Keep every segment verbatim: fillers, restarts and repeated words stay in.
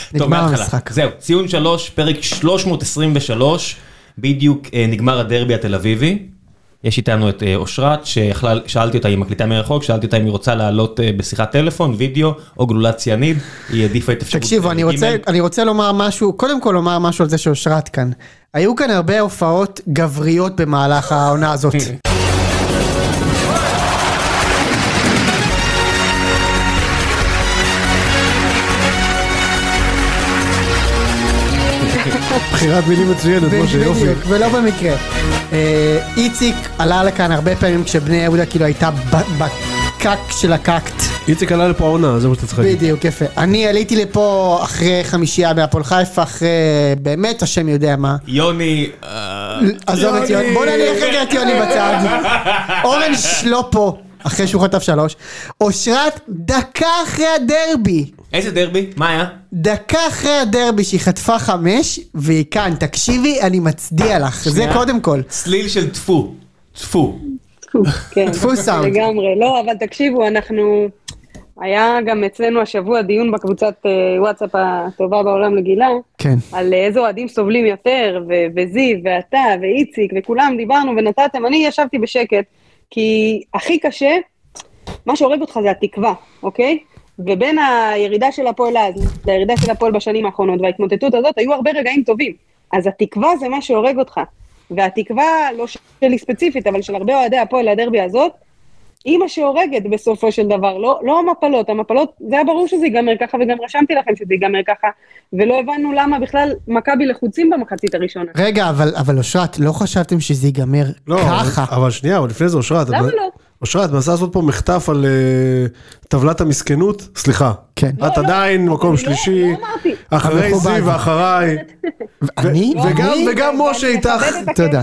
נגמר המשחק. זהו, ציון שלוש, פרק שלוש מאות עשרים ושלוש, בדיוק נגמר הדרבי התל אביבי. יש איתנו את אושרת, ששאלתי אותה, היא מקליטה מרחוק, שאלתי אותה אם היא רוצה לעלות בשיחת טלפון, וידאו או גלולת ציאניד, היא העדיפה את אפשרות. תקשיבו, אני רוצה, אני רוצה לומר משהו, קודם כל לומר משהו על זה שאושרת כאן. היו כאן הרבה הופעות גבריות במהלך העונה הזאת. בחירת מילים מצוינת, משה, יופי. ולא במקרה. איציק עלה לכאן הרבה פעמים כשבני יהודה כאילו הייתה בקק של הקקט. איציק עלה לפה העונה, זה מה שאתה צריך להגיד. בדיוק, יפה. אני עליתי לפה אחרי חמישייה בהפועל חיפה, אחרי באמת השם יודע מה. יוני... עזוב את יוני, בוא נניח רגע את יוני בצד. אורן לא פה, אחרי שהוא חטף שלוש. אושרת דקה אחרי הדרבי. איזה דרבי? מה היה? דקה אחרי הדרבי שהיא חטפה חמש, והיא כאן, תקשיבי, אני מצדיע לך, זה קודם כל. צליל של תפו, תפו. כן, תפו סאונד. לגמרי, לא, אבל תקשיבו, אנחנו, היה גם אצלנו השבוע דיון בקבוצת וואטסאפ הטובה בעולם לגילה, כן. על איזה אוהדים סובלים יותר, וזיו, ואתה, ואיציק, וכולם דיברנו ונתתם, אני ישבתי בשקט, כי הכי קשה, מה שהורג אותך זה התקווה, אוקיי? ובין הירידה של הפועל אז, לירידה של הפועל בשנים האחרונות, וההתמוטטות הזאת, היו הרבה רגעים טובים. אז התקווה זה מה שהורג אותך. והתקווה, לא שלי ספציפית, אבל של הרבה אוהדי הפועל לדרבי הזאת, היא מה שהורגת בסופו של דבר, לא, לא המפלות. המפלות, זה היה ברור שזה ייגמר ככה, וגם רשמתי לכם שזה ייגמר ככה, ולא הבנו למה בכלל מכבי לחוצים במחצית הראשונה. רגע, אבל, אבל אושרת, לא חשבתם שזה ייגמר לא, ככה? אבל, אבל שנייה, אבל לפני זה אושרת. למה לא? אושרת, מנסה לעשות פה מחטף על uh, טבלת המסכנות, סליחה. כן. את לא, עדיין לא, מקום לא, שלישי, לא אמרתי. אחרי זיו ואחריי. אני? וגם, אני? וגם משה איתך, תודה.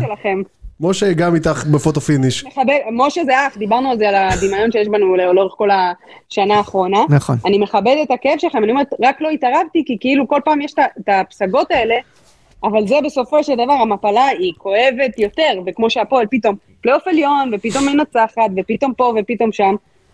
משה גם איתך בפוטו פיניש. משה זה אח, דיברנו על זה, על הדמיון שיש בנו לאורך כל השנה האחרונה. נכון. אני מכבד את הכאב שלכם, אני אומרת, רק לא התערבתי, כי כאילו כל פעם יש את הפסגות האלה, אבל זה בסופו של דבר, המפלה היא כואבת יותר, וכמו שהפועל פתאום פלייאוף עליון, ופתאום מנצחת, ופתאום פה ופתאום שם,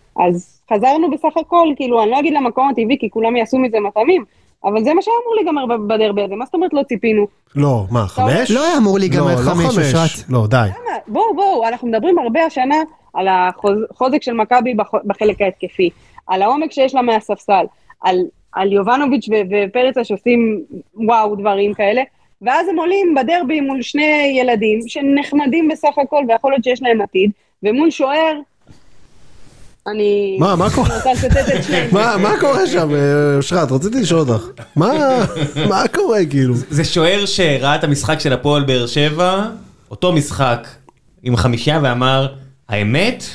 אז חזרנו בסך הכל, כאילו, אני לא אגיד למקום הטבעי, כי כולם יעשו מזה מטעמים, אבל זה מה שאמור להיגמר בדרבי הזה, מה זאת אומרת לא ציפינו? לא, מה, חמש? לא היה אמור להיגמר חמש, אושרת. לא, די. בואו, בואו, אנחנו מדברים הרבה השנה על החוזק של מכבי בחלק ההתקפי, על העומק שיש לה מהספסל, על, על יובנוביץ' ופרצה שעושים וואו דברים כאלה, ואז הם עולים בדרבי מול שני ילדים שנחמדים בסך הכל, ויכול להיות שיש להם עתיד, ומול שוער, אני... מה, מה קורה? מה, מה קורה שם, אושרת? רציתי לשאול אותך. מה, מה קורה כאילו? זה שוער שראה את המשחק של הפועל באר שבע, אותו משחק עם חמישייה ואמר, האמת,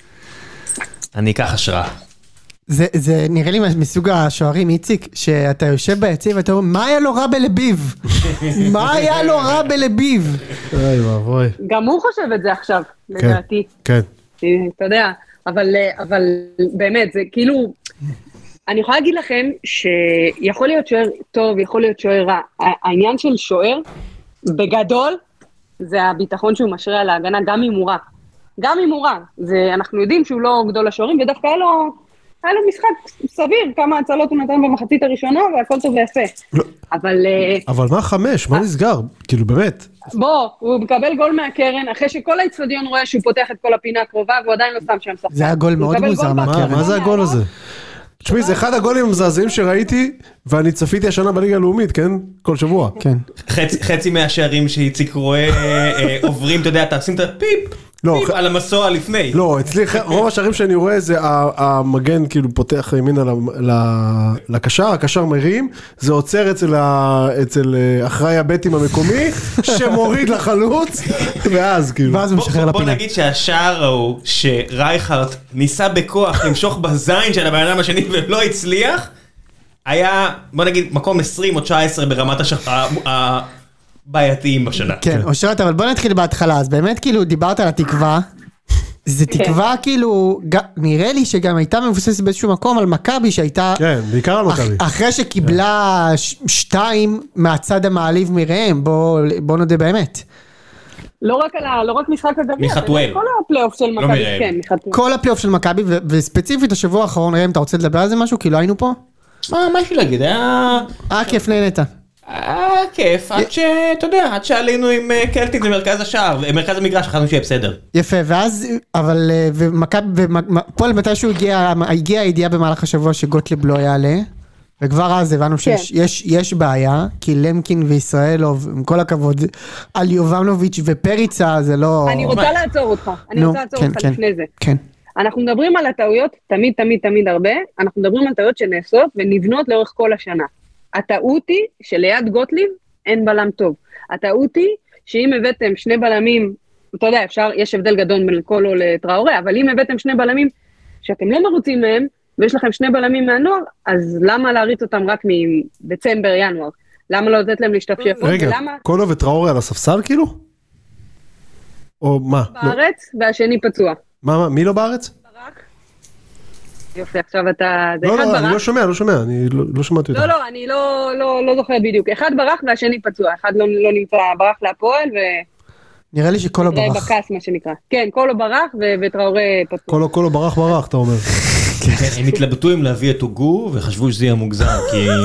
אני אקח השראה. זה, זה נראה לי מסוג השוערים, איציק, שאתה יושב ביציע ואתה אומר, מה היה לו רע בלביב? מה היה לו רע בלביב? אוי ואבוי. גם הוא חושב את זה עכשיו, לדעתי. כן. אתה יודע, אבל, אבל באמת, זה כאילו, אני יכולה להגיד לכם שיכול להיות שוער טוב, יכול להיות שוער רע. העניין של שוער, בגדול, זה הביטחון שהוא משרה על ההגנה, גם אם הוא רע. גם אם הוא רע. זה, אנחנו יודעים שהוא לא גדול השוערים, ודווקא היה לו... היה לו משחק סביר, כמה הצלות הוא נתן במחצית הראשונה, והכל טוב ויפה. אבל... אבל מה חמש? מה נסגר? כאילו באמת. בוא, הוא מקבל גול מהקרן, אחרי שכל האצטדיון רואה שהוא פותח את כל הפינה הקרובה, והוא עדיין לא שם שם שחקן. זה היה גול מאוד מוזר מהקרן. מה זה הגול הזה? תשמעי, זה אחד הגולים המזעזעים שראיתי, ואני צפיתי השנה בליגה הלאומית, כן? כל שבוע. כן. חצי מהשערים שאיציק רואה עוברים, אתה יודע, תשים את הפיפ. פיפ על המסוע לפני. לא, אצלי רוב השערים שאני רואה זה המגן כאילו פותח ימינה לקשר, הקשר מרים, זה עוצר אצל אחראי הבטים המקומי, שמוריד לחלוץ, ואז כאילו. ואז הוא משחרר לפינה. בוא נגיד שהשער ההוא שרייכרט ניסה בכוח למשוך בזין של הבן אדם השני ולא הצליח, היה, בוא נגיד, מקום עשרים או תשע עשרה ברמת השחרר, בעייתיים בשנה. כן, אושרת, אבל בוא נתחיל בהתחלה, אז באמת כאילו דיברת על התקווה, זה תקווה כאילו, נראה לי שגם הייתה מבוססת באיזשהו מקום על מכבי שהייתה, כן, בעיקר על מכבי. אחרי שקיבלה שתיים מהצד המעליב מראם, בוא נודה באמת. לא רק על, לא רק משחק הגביע, מחתואל. כל הפלייאוף של מכבי, כן, מחתואל. כל הפלייאוף של מכבי, וספציפית השבוע האחרון, ראם, אתה רוצה לדבר על זה משהו? כי לא היינו פה? מה, מה יש לי להגיד, היה... אה, כיף נהנית. היה כיף, עד ש... אתה יודע, עד שעלינו עם קלטין במרכז השער, במרכז המגרש, חשבנו שיהיה בסדר. יפה, ואז, אבל, ומכבי, פועל מתישהו הגיע, הגיעה הידיעה במהלך השבוע שגוטליב לא יעלה, וכבר אז הבנו שיש יש, יש בעיה, כי למקין וישראלוב, עם כל הכבוד, על יובנוביץ' ופריצה, זה לא... אני רוצה לעצור אותך, אני רוצה לעצור אותך לפני זה. כן. אנחנו מדברים על הטעויות, תמיד, תמיד, תמיד הרבה, אנחנו מדברים על טעויות שנעשות ונבנות לאורך כל השנה. הטעות היא שליד גוטליב אין בלם טוב. הטעות היא שאם הבאתם שני בלמים, אתה יודע, אפשר, יש הבדל גדול בין קולו לטראורי, אבל אם הבאתם שני בלמים שאתם לא מרוצים מהם, ויש לכם שני בלמים מהנוער, אז למה להריץ אותם רק מדצמבר, ינואר? למה לא לתת להם להשתפשף? רגע, קולו וטראורי על הספסל כאילו? או מה? בארץ, והשני פצוע. מה, מה, מי לא בארץ? ברק. יופי, עכשיו אתה... לא, לא, אני לא שומע, לא שומע, אני לא שמעתי אותך. לא, לא, אני לא זוכר בדיוק. אחד ברח והשני פצוע, אחד לא נמצא, ברח להפועל ו... נראה לי שקולו ברח. בקס, מה שנקרא. כן, קולו ברח וטראורי פצוע. קולו, קולו ברח ברח, אתה אומר. הם התלבטו אם להביא את אוגו, וחשבו שזה יהיה מוגזר,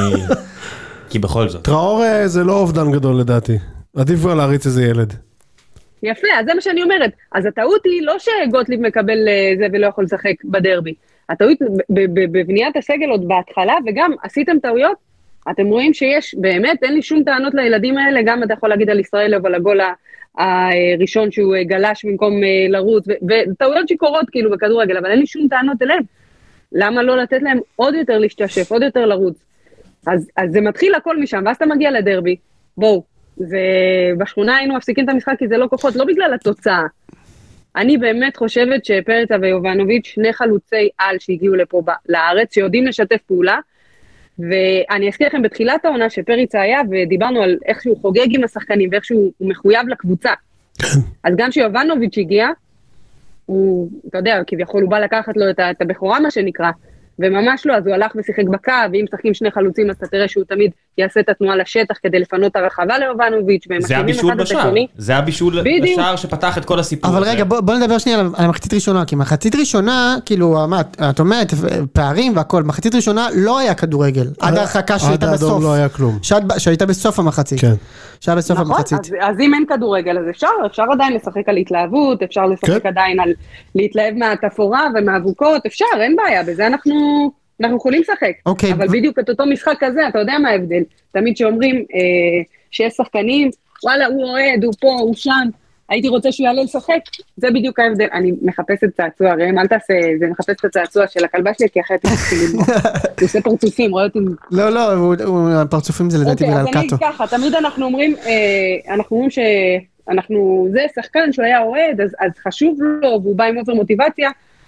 כי בכל זאת. טראורי זה לא אובדן גדול לדעתי. עדיף כבר להריץ איזה ילד. יפה, אז זה מה שאני אומרת. אז הטעות היא לא שגוטליב מקבל זה ולא יכול לשחק בדרבי. הטעות בבניית הסגל עוד בהתחלה, וגם עשיתם טעויות, אתם רואים שיש, באמת, אין לי שום טענות לילדים האלה, גם אתה יכול להגיד על ישראל, אבל הגול הראשון שהוא גלש במקום לרוץ, וטעויות שקורות כאילו בכדורגל, אבל אין לי שום טענות אליהם. למה לא לתת להם עוד יותר להשתשף, עוד יותר לרוץ? אז, אז זה מתחיל הכל משם, ואז אתה מגיע לדרבי, בואו, ובשכונה היינו מפסיקים את המשחק, כי זה לא כוחות, לא בגלל התוצאה. אני באמת חושבת שפריצה ויובנוביץ' שני חלוצי על שהגיעו לפה לארץ, שיודעים לשתף פעולה, ואני אזכיר לכם בתחילת העונה שפריצה היה, ודיברנו על איך שהוא חוגג עם השחקנים, ואיך שהוא מחויב לקבוצה. אז גם שיובנוביץ' הגיע, הוא, אתה יודע, כביכול הוא בא לקחת לו את הבכורה, מה שנקרא, וממש לא, אז הוא הלך ושיחק בקו, ואם שחקים שני חלוצים, אז אתה תראה שהוא תמיד יעשה את התנועה לשטח, כדי לפנות הרחבה ליובנוביץ', זה הבישול בשער, זה הבישול בשער שפתח את כל הסיפור. אבל רגע, בוא נדבר שנייה על המחצית ראשונה, כי מחצית ראשונה, כאילו, את אומרת, פערים והכל, מחצית ראשונה לא היה כדורגל, עד ההרחקה שהייתה בסוף. לא היה כלום. שהייתה בסוף המחצית. כן. שהיה בסוף המחצית. אז אם אין כדורגל, אז אפשר, אפשר עדיין לשחק על התלהבות, אפשר לשחק עדיין על להתלהב מהתפאורה ומהאבוקות, אפשר, אין בעיה, בזה אנחנו, אנחנו יכולים לשחק. אוקיי. אבל בדיוק את אותו משחק כזה, אתה יודע מה ההבדל? תמיד שאומרים אה, שיש שחקנים, וואלה, הוא אוהד, הוא פה, הוא שם, הייתי רוצה שהוא יעלה לשחק, זה בדיוק ההבדל. אני מחפשת צעצוע, ראם, אל תעשה, זה מחפש את הצעצוע של הכלבה שלי, כי אחרת הוא עושה פרצופים, רואה אותי... לא, לא, הפרצופים זה לדעתי בגלל קאטו. אז אני ככה, תמיד אנחנו אומרים, אנחנו אומרים שאנחנו, זה שחקן שהוא היה אוהד, אז חשוב לו, והוא בא עם עוזר מוטיבציה,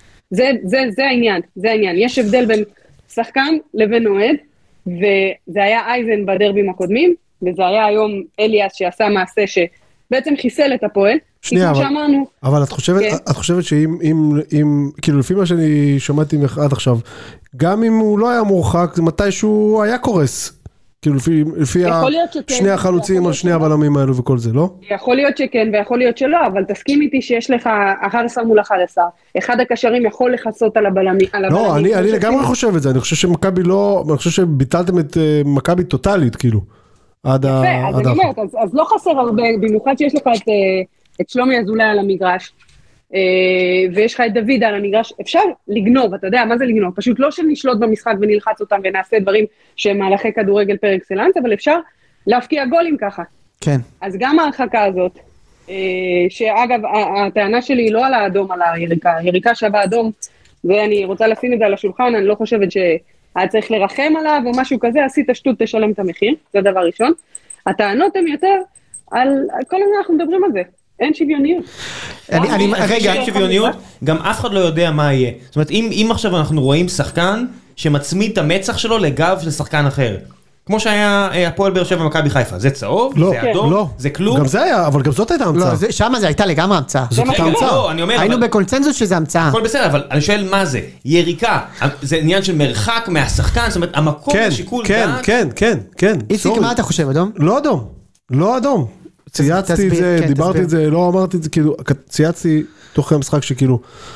זה העניין, זה העניין. יש הבדל בין שחקן לבין אוהד, וזה היה אייזן בדרבים הקודמים, וזה היה היום אליאס שעשה מעשה ש... בעצם חיסל את הפועל, שנייה, אבל, שאמרנו, אבל את חושבת, כן. את חושבת שאם, אם, אם, כאילו לפי מה שאני שמעתי עד עכשיו, גם אם הוא לא היה מורחק, מתישהו היה קורס, כאילו לפי, לפי ה... שכן, שני החלוצים או שני הבלמים האלו וכל זה, לא? יכול להיות שכן ויכול להיות שלא, אבל תסכים איתי שיש לך אחת עשרה מול אחת עשרה, אחד הקשרים יכול לחסות על הבלמים. על לא, הבלמים, אני, אני לגמרי חושב את זה, אני חושב שמכבי לא, אני חושב שביטלתם את uh, מכבי טוטלית, כאילו. עד יפה, ה... אז עד אני אומרת, אז, אז לא חסר הרבה, במיוחד שיש לך את, את שלומי אזולאי על המגרש, ויש לך את דוד על המגרש, אפשר לגנוב, אתה יודע, מה זה לגנוב? פשוט לא שנשלוט במשחק ונלחץ אותם ונעשה דברים שהם מהלכי כדורגל פר אקסלנס, אבל אפשר להפקיע גולים ככה. כן. אז גם ההרחקה הזאת, שאגב, הטענה שלי היא לא על האדום, על היריקה, היריקה שווה אדום, ואני רוצה לשים את זה על השולחן, אני לא חושבת ש... היה צריך לרחם עליו או משהו כזה, עשית שטות, תשלם את המחיר, זה דבר ראשון. הטענות הן יותר על, כל הזמן אנחנו מדברים על זה, אין שוויוניות. אני, אני, רגע, אין שוויוניות, גם אף אחד לא יודע מה יהיה. זאת אומרת, אם, אם עכשיו אנחנו רואים שחקן שמצמיד את המצח שלו לגב של שחקן אחר, כמו שהיה הפועל באר שבע ומכבי חיפה, זה צהוב, לא, זה אדום, לא. זה כלום. גם זה היה, אבל גם זאת הייתה המצאה. לא, שם זה הייתה לגמרי המצאה. זאת הייתה המצאה. לא, אני אומר, היינו אבל... בקונצנזוס שזה המצאה. הכל בסדר, אבל אני שואל מה זה? יריקה, זה עניין של מרחק מהשחקן, זאת אומרת, המקום כן, לשיקול כן, דעת. כן, כן, כן. איציק, מה אתה חושב, אדום? לא אדום, לא אדום. צייצתי את זה, דיברתי את זה, לא אמרתי את זה, כאילו, צייצתי תוך המשחק שכאילו,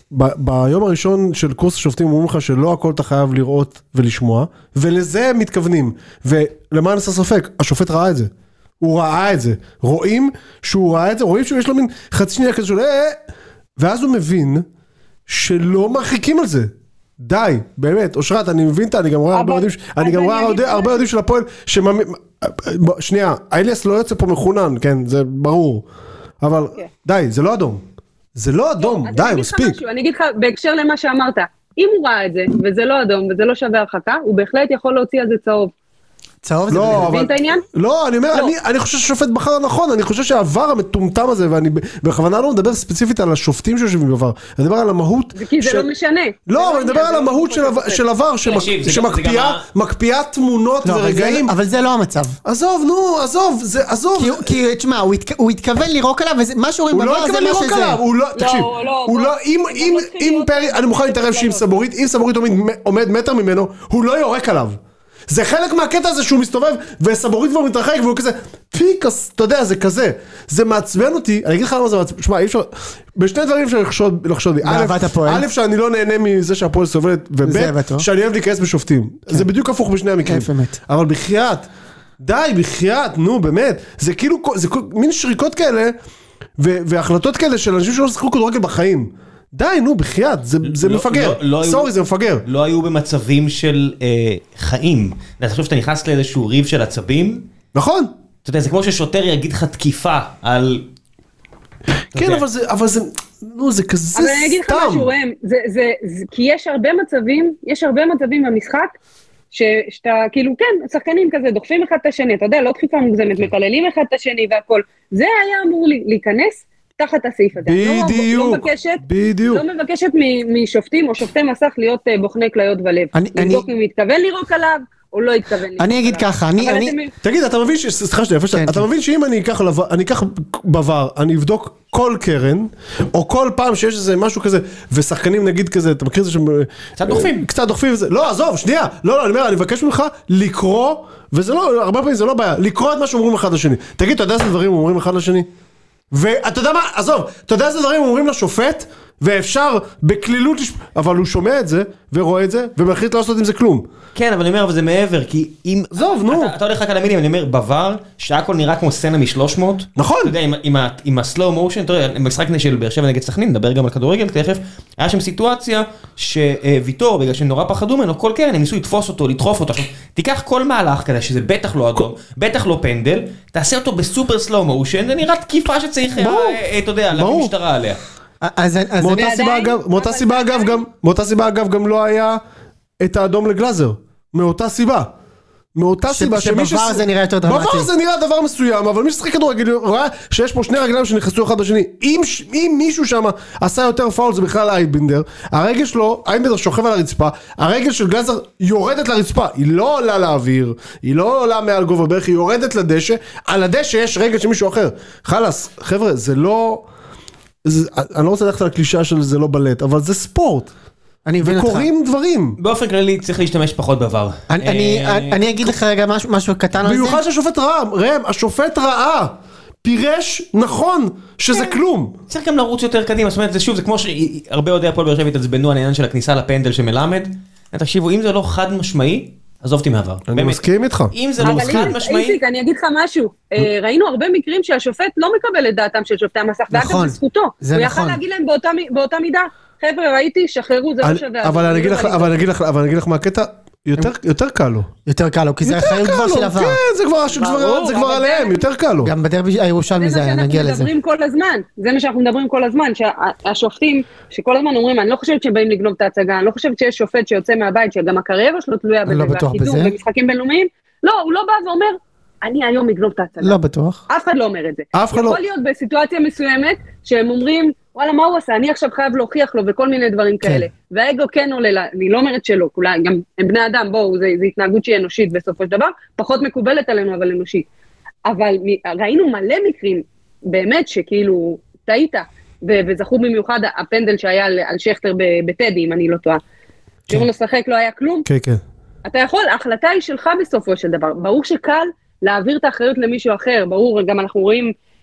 ביום הראשון של קורס השופטים אומרים לך שלא הכל אתה חייב לראות ולשמוע, ולזה הם מתכוונים, ולמען עשה ספק, השופט ראה את זה, הוא ראה את זה, רואים שהוא ראה את זה, רואים שיש לו מין חצי שנייה כזה של אה, ואז הוא מבין שלא מרחיקים על זה, די, באמת, אושרת, אני מבין, אני גם רואה הרבה יודעים, אני גם רואה הרבה יודעים של הפועל, שנייה, אליאס לא יוצא פה מחונן, כן, זה ברור, אבל די, זה לא אדום. זה לא אדום, די, מספיק. אני אגיד לך, בהקשר למה שאמרת, אם הוא ראה את זה, וזה לא אדום, וזה לא שווה הרחקה, הוא בהחלט יכול להוציא על זה צהוב. צהוב זה מבין את העניין? לא, אני אומר, אני חושב שהשופט בחר נכון, אני חושב שהעבר המטומטם הזה, ואני בכוונה לא מדבר ספציפית על השופטים שיושבים בעבר, אני מדבר על המהות... כי זה לא משנה. לא, אני מדבר על המהות של עבר, שמקפיאה תמונות ורגעים. אבל זה לא המצב. עזוב, נו, עזוב, זה, עזוב. כי, תשמע, הוא התכוון לירוק עליו, ומה שאומרים בעבר זה מה שזה. הוא לא, תקשיב, הוא לא, אם פרי, אני מוכן להתערב שאם סבורית, אם סבורית עומד מטר ממנו, הוא לא יורק עליו. זה חלק מהקטע הזה שהוא מסתובב וסבורית כבר מתרחק והוא כזה פיקס, אתה יודע, זה כזה, זה מעצבן אותי, אני אגיד לך למה זה מעצבן, שמע, אי אפשר, בשני דברים אפשר לחשוד, לחשוד לי, א', שאני לא נהנה מזה שהפועל סובלת, וב', שאני אוהב להיכנס בשופטים, זה בדיוק הפוך בשני המקרים, אבל בחייאת, די, בחייאת, נו, באמת, זה כאילו, זה מין שריקות כאלה, והחלטות כאלה של אנשים שלא שחקו כדורגל בחיים, די, נו, בחייאת, זה מפגר, סורי, זה מפגר. לא היו במצבים של חיים. אתה חושב שאתה נכנס לאיזשהו ריב של עצבים? נכון. אתה יודע, זה כמו ששוטר יגיד לך תקיפה על... כן, אבל זה, נו, זה כזה סתם. אבל אני אגיד לך משהו, ראם, כי יש הרבה מצבים, יש הרבה מצבים במשחק, שאתה, כאילו, כן, שחקנים כזה, דוחפים אחד את השני, אתה יודע, לא דחיפה מוגזמת, מקללים אחד את השני והכל. זה היה אמור להיכנס תחת הסעיף הזה. בדיוק, לא מבקשת, בדיוק. לא מבקשת משופטים או שופטי מסך להיות בוחני כליות ולב. לבדוק אם מתכוון לירוק עליו, או לא התכוון לירוק עליו. אני אגיד ככה, אני... תגיד, אתה מבין ש... סליחה שנייה, אתה מבין שאם אני אקח בבר, אני אבדוק כל קרן, או כל פעם שיש איזה משהו כזה, ושחקנים נגיד כזה, אתה מכיר את זה ש... קצת דוחפים. קצת דוחפים וזה. לא, עזוב, שנייה. לא, לא, אני אומר, אני מבקש ממך לקרוא, וזה לא, הרבה פעמים זה לא בעיה, לקרוא את מה שאומרים אחד לשני. תגיד, אתה יודע איזה דברים אומרים אחד לשני? ואתה יודע מה, עזוב, אתה יודע איזה דברים אומרים לשופט, ואפשר בכלילות, אבל הוא שומע את זה, ורואה את זה, ומחליט לא לעשות עם זה כלום. כן, אבל אני אומר, אבל זה מעבר, כי אם... עזוב, נו. אתה הולך רק על המילים, אני אומר, בעבר, שהכל נראה כמו סצנה מ-שלוש מאות. נכון. אתה יודע, עם הסלואו מושן, אתה יודע, במשחק של באר שבע נגד סכנין, נדבר גם על כדורגל תכף, היה שם סיטואציה שוויטור, בגלל שנורא פחדו ממנו, כל קרן, הם ניסו לתפוס אותו, לדחוף אותו. תיקח כל מהלך כזה, שזה בטח לא אדום, בטח לא פנדל, תעשה אותו בסופר סלואו מושן, זה נראה תקיפה שצריך, אתה יודע, להביא משטרה עליה. מאותה סיבה אגב גם, מאותה סיבה אגב גם לא היה את האדום לגלאזר, מאותה סיבה, מאותה סיבה שבעבר זה נראה יותר דרמטי. בעבר זה נראה דבר מסוים, אבל מי ששחק כדורגל רואה שיש פה שני רגליים שנכנסו אחד בשני, אם מישהו שם עשה יותר פאול זה בכלל אייבינדר, הרגל שלו, אייבינדר שוכב על הרצפה, הרגל של גלאזר יורדת לרצפה, היא לא עולה לאוויר, היא לא עולה מעל גובה בערך, היא יורדת לדשא, על הדשא יש רגל של מישהו אחר. חלאס, חבר'ה, זה לא... אני לא רוצה ללכת על הקלישה של זה לא בלט, אבל זה ספורט. וקוראים דברים. באופן כללי צריך להשתמש פחות בעבר. אני אגיד לך רגע משהו קטן על זה. במיוחד שהשופט ראה, ראם, השופט ראה, פירש נכון שזה כלום. צריך גם לרוץ יותר קדימה, זאת אומרת, זה שוב, זה כמו שהרבה יודעי הפועל באר שבע התעצבנו על העניין של הכניסה לפנדל שמלמד. תקשיבו, אם זה לא חד משמעי, עזובתי מעבר. אני מסכים איתך. אם זה לא חד משמעי... איציק, אני אגיד לך משהו. ראינו הרבה מקרים שהשופט לא מקבל את דעתם של שופטי המסך, ואגב זה זכותו. הוא יכל להגיד להם באותה מידה, חבר'ה, ראיתי, שחררו, זה לא שווה. אבל אני אגיד לך מה הקטע, יותר קל לו. יותר קל לו, כי זה החיים כבר של עבר. כן, זה כבר עליהם, יותר קל לו. גם בדרבי הירושלמי זה היה, נגיע לזה. זה מה שאנחנו מדברים כל הזמן, זה מה שאנחנו מדברים כל הזמן, שהשופטים שכל הזמן אומרים, אני לא חושבת שהם באים לגנוב את ההצגה, אני לא חושבת שיש שופט שיוצא מהבית, שגם הקריירה שלו תלויה בזה, והחידור במשחקים בינלאומיים, לא, הוא לא בא ואומר, אני היום אגנוב את ההצגה. לא בטוח. אף אחד לא אומר את זה. אף אחד לא. יכול להיות בסיטואציה מסוימת, שהם אומרים, וואלה, מה הוא עשה? אני עכשיו חייב להוכיח לו וכל מיני דברים כאלה. והאגו כן עולה, אני לא אומרת שלא, כולה, גם הם בני אדם, בואו, זה התנהגות שהיא אנושית בסופו של דבר, פחות מקובלת עלינו, אבל אנושית. אבל ראינו מלא מקרים, באמת שכאילו, טעית, וזכו במיוחד הפנדל שהיה על שכטר בטדי, אם אני לא טועה. שאם לשחק לא היה כלום. כן, כן. אתה יכול, ההחלטה היא שלך בסופו של דבר. ברור שקל להעביר את האחריות למישהו אחר, ברור, גם אנחנו רואים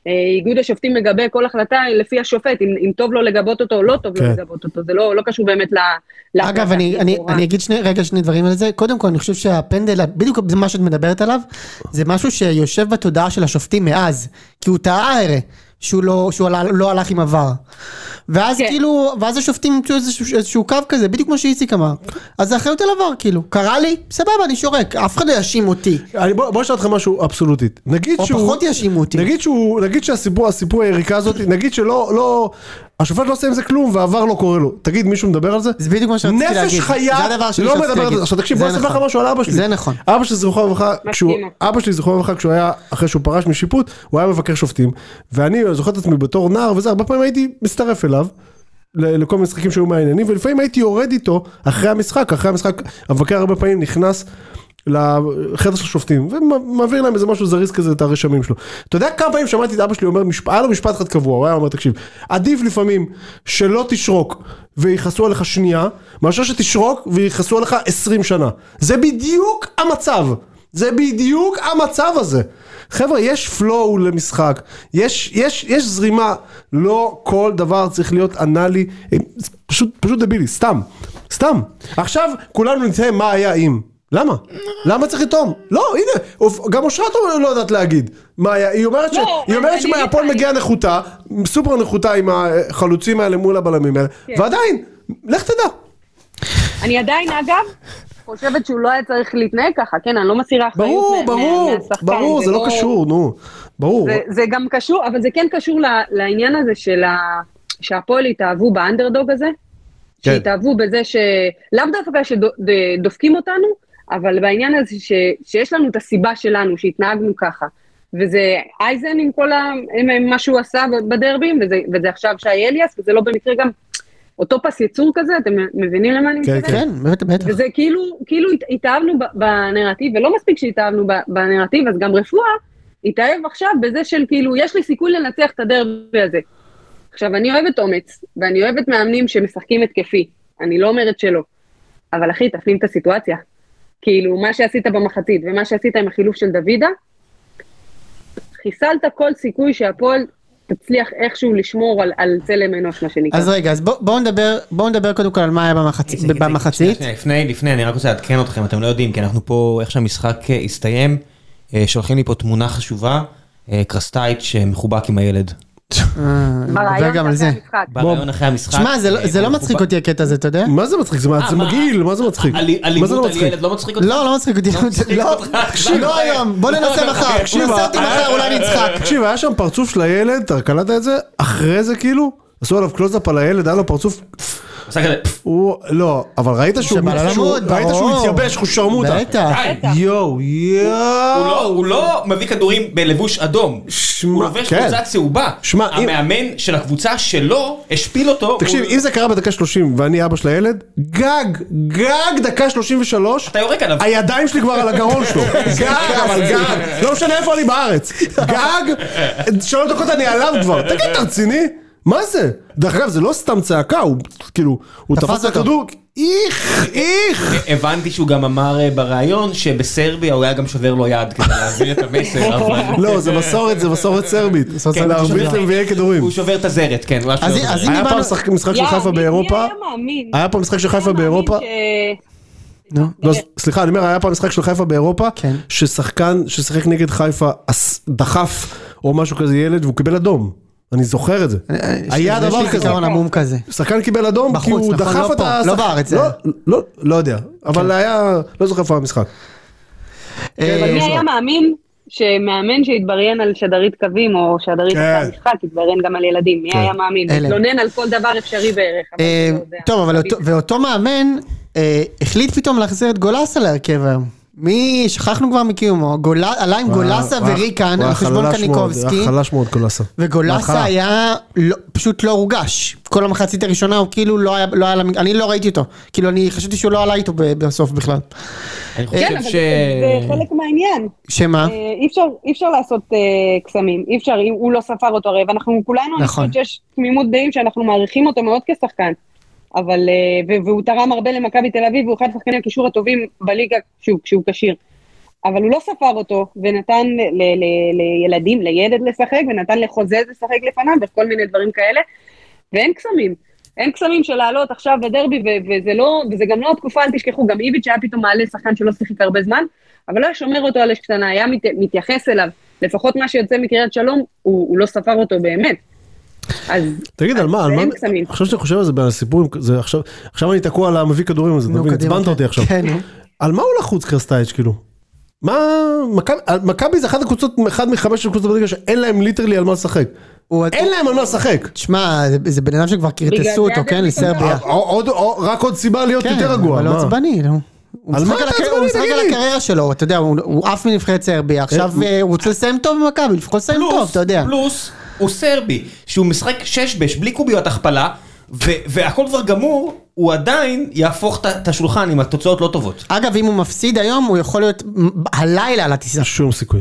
איגוד השופטים מגבה כל החלטה לפי השופט, אם, אם טוב לו לגבות אותו או לא טוב לו לגבות אותו, זה לא, לא קשור באמת להחלטה. אגב, אני, אני, אני אגיד שני, רגע שני דברים על זה, קודם כל אני חושב שהפנדל, בדיוק זה מה שאת מדברת עליו, זה משהו שיושב בתודעה של השופטים מאז, כי הוא טעה הרי, שהוא לא, שהוא לא הלך עם עבר. ואז כן. כאילו, ואז השופטים ימצאו איזשהו, איזשהו קו כזה, בדיוק כמו שאיציק אמר. אז זה אחריות על עבר, כאילו. קרא לי, סבבה, אני שורק, אף אחד לא ישים אותי. אני, בוא, בוא אשאל אותך משהו אבסולוטית. נגיד או שהוא... פחות ישים אותי. נגיד שהוא, נגיד שהסיפור, הסיפור היריקה הזאת, נגיד שלא, לא... השופט לא עושה עם זה כלום, ועבר לא קורא לו. תגיד, מישהו מדבר על זה? זה בדיוק מה שרציתי להגיד. נפש חיה, זה הדבר שלי לא שרציתי מדבר על להגיד. זה. עכשיו תקשיב, בוא נספר לך משהו על אבא שלי. זה נכון. אבא שלי זכרונו לברכה, כשהוא, אבא שלי זכרונו לברכה, כשהוא היה, אחרי שהוא פרש משיפוט, הוא היה מבקר שופטים, ואני זוכר את עצמי בתור נער, וזה, הרבה פעמים הייתי מצטרף אליו, לכל מיני משחקים שהיו מעניינים, ולפעמים הייתי יורד איתו, אחרי המשחק, אחרי המשחק, המבקר הרבה פעמים נכנס לחדר של השופטים, ומעביר להם איזה משהו זריז כזה, את הרשמים שלו. אתה יודע כמה פעמים שמעתי את אבא שלי אומר, היה לו משפט אחד קבוע, הוא היה אומר, תקשיב, עדיף לפעמים שלא תשרוק ויחסו עליך שנייה, מאשר שתשרוק ויחסו עליך עשרים שנה. זה בדיוק המצב. זה בדיוק המצב הזה. חבר'ה, יש פלואו למשחק, יש, יש, יש זרימה, לא כל דבר צריך להיות אנלי, פשוט, פשוט דבילי, סתם, סתם. עכשיו, כולנו נתראה מה היה אם. למה? למה צריך לטעום? לא, הנה, גם אושרת לא יודעת להגיד. היא אומרת שמהפועל מגיעה נחותה, סופר נחותה עם החלוצים האלה מול הבלמים האלה, ועדיין, לך תדע. אני עדיין, אגב, חושבת שהוא לא היה צריך להתנהג ככה, כן, אני לא מסירה אחריות מהשחקן. ברור, ברור, זה לא קשור, נו, ברור. זה גם קשור, אבל זה כן קשור לעניין הזה שהפועל התאהבו באנדרדוג הזה, שהתאהבו בזה שלאו דווקא שדופקים אותנו, אבל בעניין הזה ש, שיש לנו את הסיבה שלנו, שהתנהגנו ככה, וזה אייזן עם כל ה, עם מה שהוא עשה בדרבים, וזה, וזה עכשיו שי אליאס, וזה לא במקרה גם אותו פס יצור כזה, אתם מבינים למה אני מתכוונת? כן, כן, בטח. וזה כאילו, כאילו התאהבנו בנרטיב, ולא מספיק שהתאהבנו בנרטיב, אז גם רפואה התאהב עכשיו בזה של כאילו, יש לי סיכוי לנצח את הדרבי הזה. עכשיו, אני אוהבת אומץ, ואני אוהבת מאמנים שמשחקים התקפי, אני לא אומרת שלא, אבל אחי, תפנים את הסיטואציה. כאילו, מה שעשית במחצית, ומה שעשית עם החילוף של דוידה, חיסלת כל סיכוי שהפועל תצליח איכשהו לשמור על, על צלם אנוש, מה שנקרא. אז רגע, אז בואו בוא נדבר, בואו נדבר קודם כל על מה היה במחצית. במחצית. לפני, לפני, אני רק רוצה לעדכן אתכם, אתם לא יודעים, כי אנחנו פה, איך שהמשחק הסתיים, שולחים לי פה תמונה חשובה, קרסטייץ' שמחובק עם הילד. נדבר על זה. ברעיון אחרי המשחק. שמע, זה לא מצחיק אותי הקטע הזה, אתה יודע? מה זה מצחיק? זה מגעיל, מה זה מצחיק? אלימות על ילד לא מצחיק אותך? לא, לא מצחיק אותי. לא היום, בוא ננסה מחר. ננסה אותי מחר, אולי נצחק. תקשיב, היה שם פרצוף של הילד, אתה קלטת את זה? אחרי זה כאילו, עשו עליו קלוזאפ על הילד, היה לו פרצוף... לא, אבל ראית שהוא התייבש, הוא שרמוטה. יואו, יואו. הוא לא מביא כדורים בלבוש אדום. הוא לובש קבוצה צהובה. המאמן של הקבוצה שלו השפיל אותו. תקשיב, אם זה קרה בדקה שלושים ואני אבא של הילד, גג, גג דקה שלושים ושלוש, אתה יורק עליו. הידיים שלי כבר על הגרון שלו. גג, אבל גג. לא משנה איפה אני בארץ. גג, שלוש דקות אני עליו כבר. תגיד, אתה רציני? מה זה? דרך אגב, זה לא סתם צעקה, הוא כאילו, הוא תפס את הכדור, איך, איך. הבנתי שהוא גם אמר ברעיון שבסרביה הוא היה גם שובר לו יד כדי להעביר את המסר. לא, זה מסורת, זה מסורת סרבית. להרביץ למביאי כדורים. הוא שובר את הזרת, כן. היה פעם משחק של חיפה באירופה. היה פעם משחק של חיפה באירופה. סליחה, אני אומר, היה פעם משחק של חיפה באירופה, ששחקן ששיחק נגד חיפה דחף או משהו כזה ילד והוא קיבל אדום. אני זוכר את זה. היה דבר כזה. שחקן קיבל אדום כי הוא דחף את ה... לא בארץ זה. לא יודע, אבל היה... לא זוכר איפה המשחק. מי היה מאמין שמאמן שהתבריין על שדרית קווים או שדרית אחרי המשחק, התבריין גם על ילדים. מי היה מאמין? התלונן על כל דבר אפשרי בערך. טוב, אבל ואותו מאמן החליט פתאום להחזיר את גולסה להרכב היום. מי, שכחנו כבר מקיומו, עלה עם גולסה וריקן, על חשבון קניקובסקי. הוא היה חלש מאוד גולסה. וגולסה היה פשוט לא הורגש. כל המחצית הראשונה הוא כאילו לא היה, אני לא ראיתי אותו. כאילו אני חשבתי שהוא לא עלה איתו בסוף בכלל. כן, אבל זה חלק מהעניין. שמה? אי אפשר לעשות קסמים, אי אפשר, הוא לא ספר אותו הרי, ואנחנו כולנו, אני חושבת שיש תמימות דעים שאנחנו מעריכים אותו מאוד כשחקן. אבל, והוא תרם הרבה למכבי תל אביב, והוא אחד השחקנים הקישור הטובים בליגה כשהוא כשיר. אבל הוא לא ספר אותו, ונתן לילדים, לילד לשחק, ונתן לחוזז לשחק לפניו, וכל מיני דברים כאלה, ואין קסמים. אין קסמים של לעלות עכשיו בדרבי, וזה לא, וזה גם לא התקופה, אל תשכחו, גם איביץ' היה פתאום מעלה שחקן שלא שיחק הרבה זמן, אבל לא שומר אותו על אש קטנה, היה מת, מתייחס אליו, לפחות מה שיוצא מקריית שלום, הוא, הוא לא ספר אותו באמת. אז, תגיד, אז על מה, על מה, עכשיו שאתה חושב על זה, בסיפורים, זה עכשיו, עכשיו אני תקוע על המביא כדורים הזה, הצבנת אותי עכשיו. על מה הוא לחוץ קרסטייץ' כאילו? מה, מכבי זה אחת הקבוצות, אחד מחמש הקבוצות בליגה שאין להם ליטרלי על מה לשחק. אין להם על מה לשחק. תשמע, זה בן אדם שכבר קרטסו אותו, כן, לסרביה. רק עוד סיבה להיות יותר רגוע. אבל לא עצבני, נו. הוא משחק על הקריירה שלו, אתה יודע, הוא עף מנבחרת סרביה, עכשיו הוא רוצה לסיים טוב במכבי, לפחות לסיים טוב, אתה יודע. פלוס, הוא סרבי, שהוא משחק שש בש, בלי קוביות הכפלה, והכל כבר גמור, הוא עדיין יהפוך את השולחן עם התוצאות לא טובות. אגב, אם הוא מפסיד היום, הוא יכול להיות הלילה על הטיסה. שום סיכוי.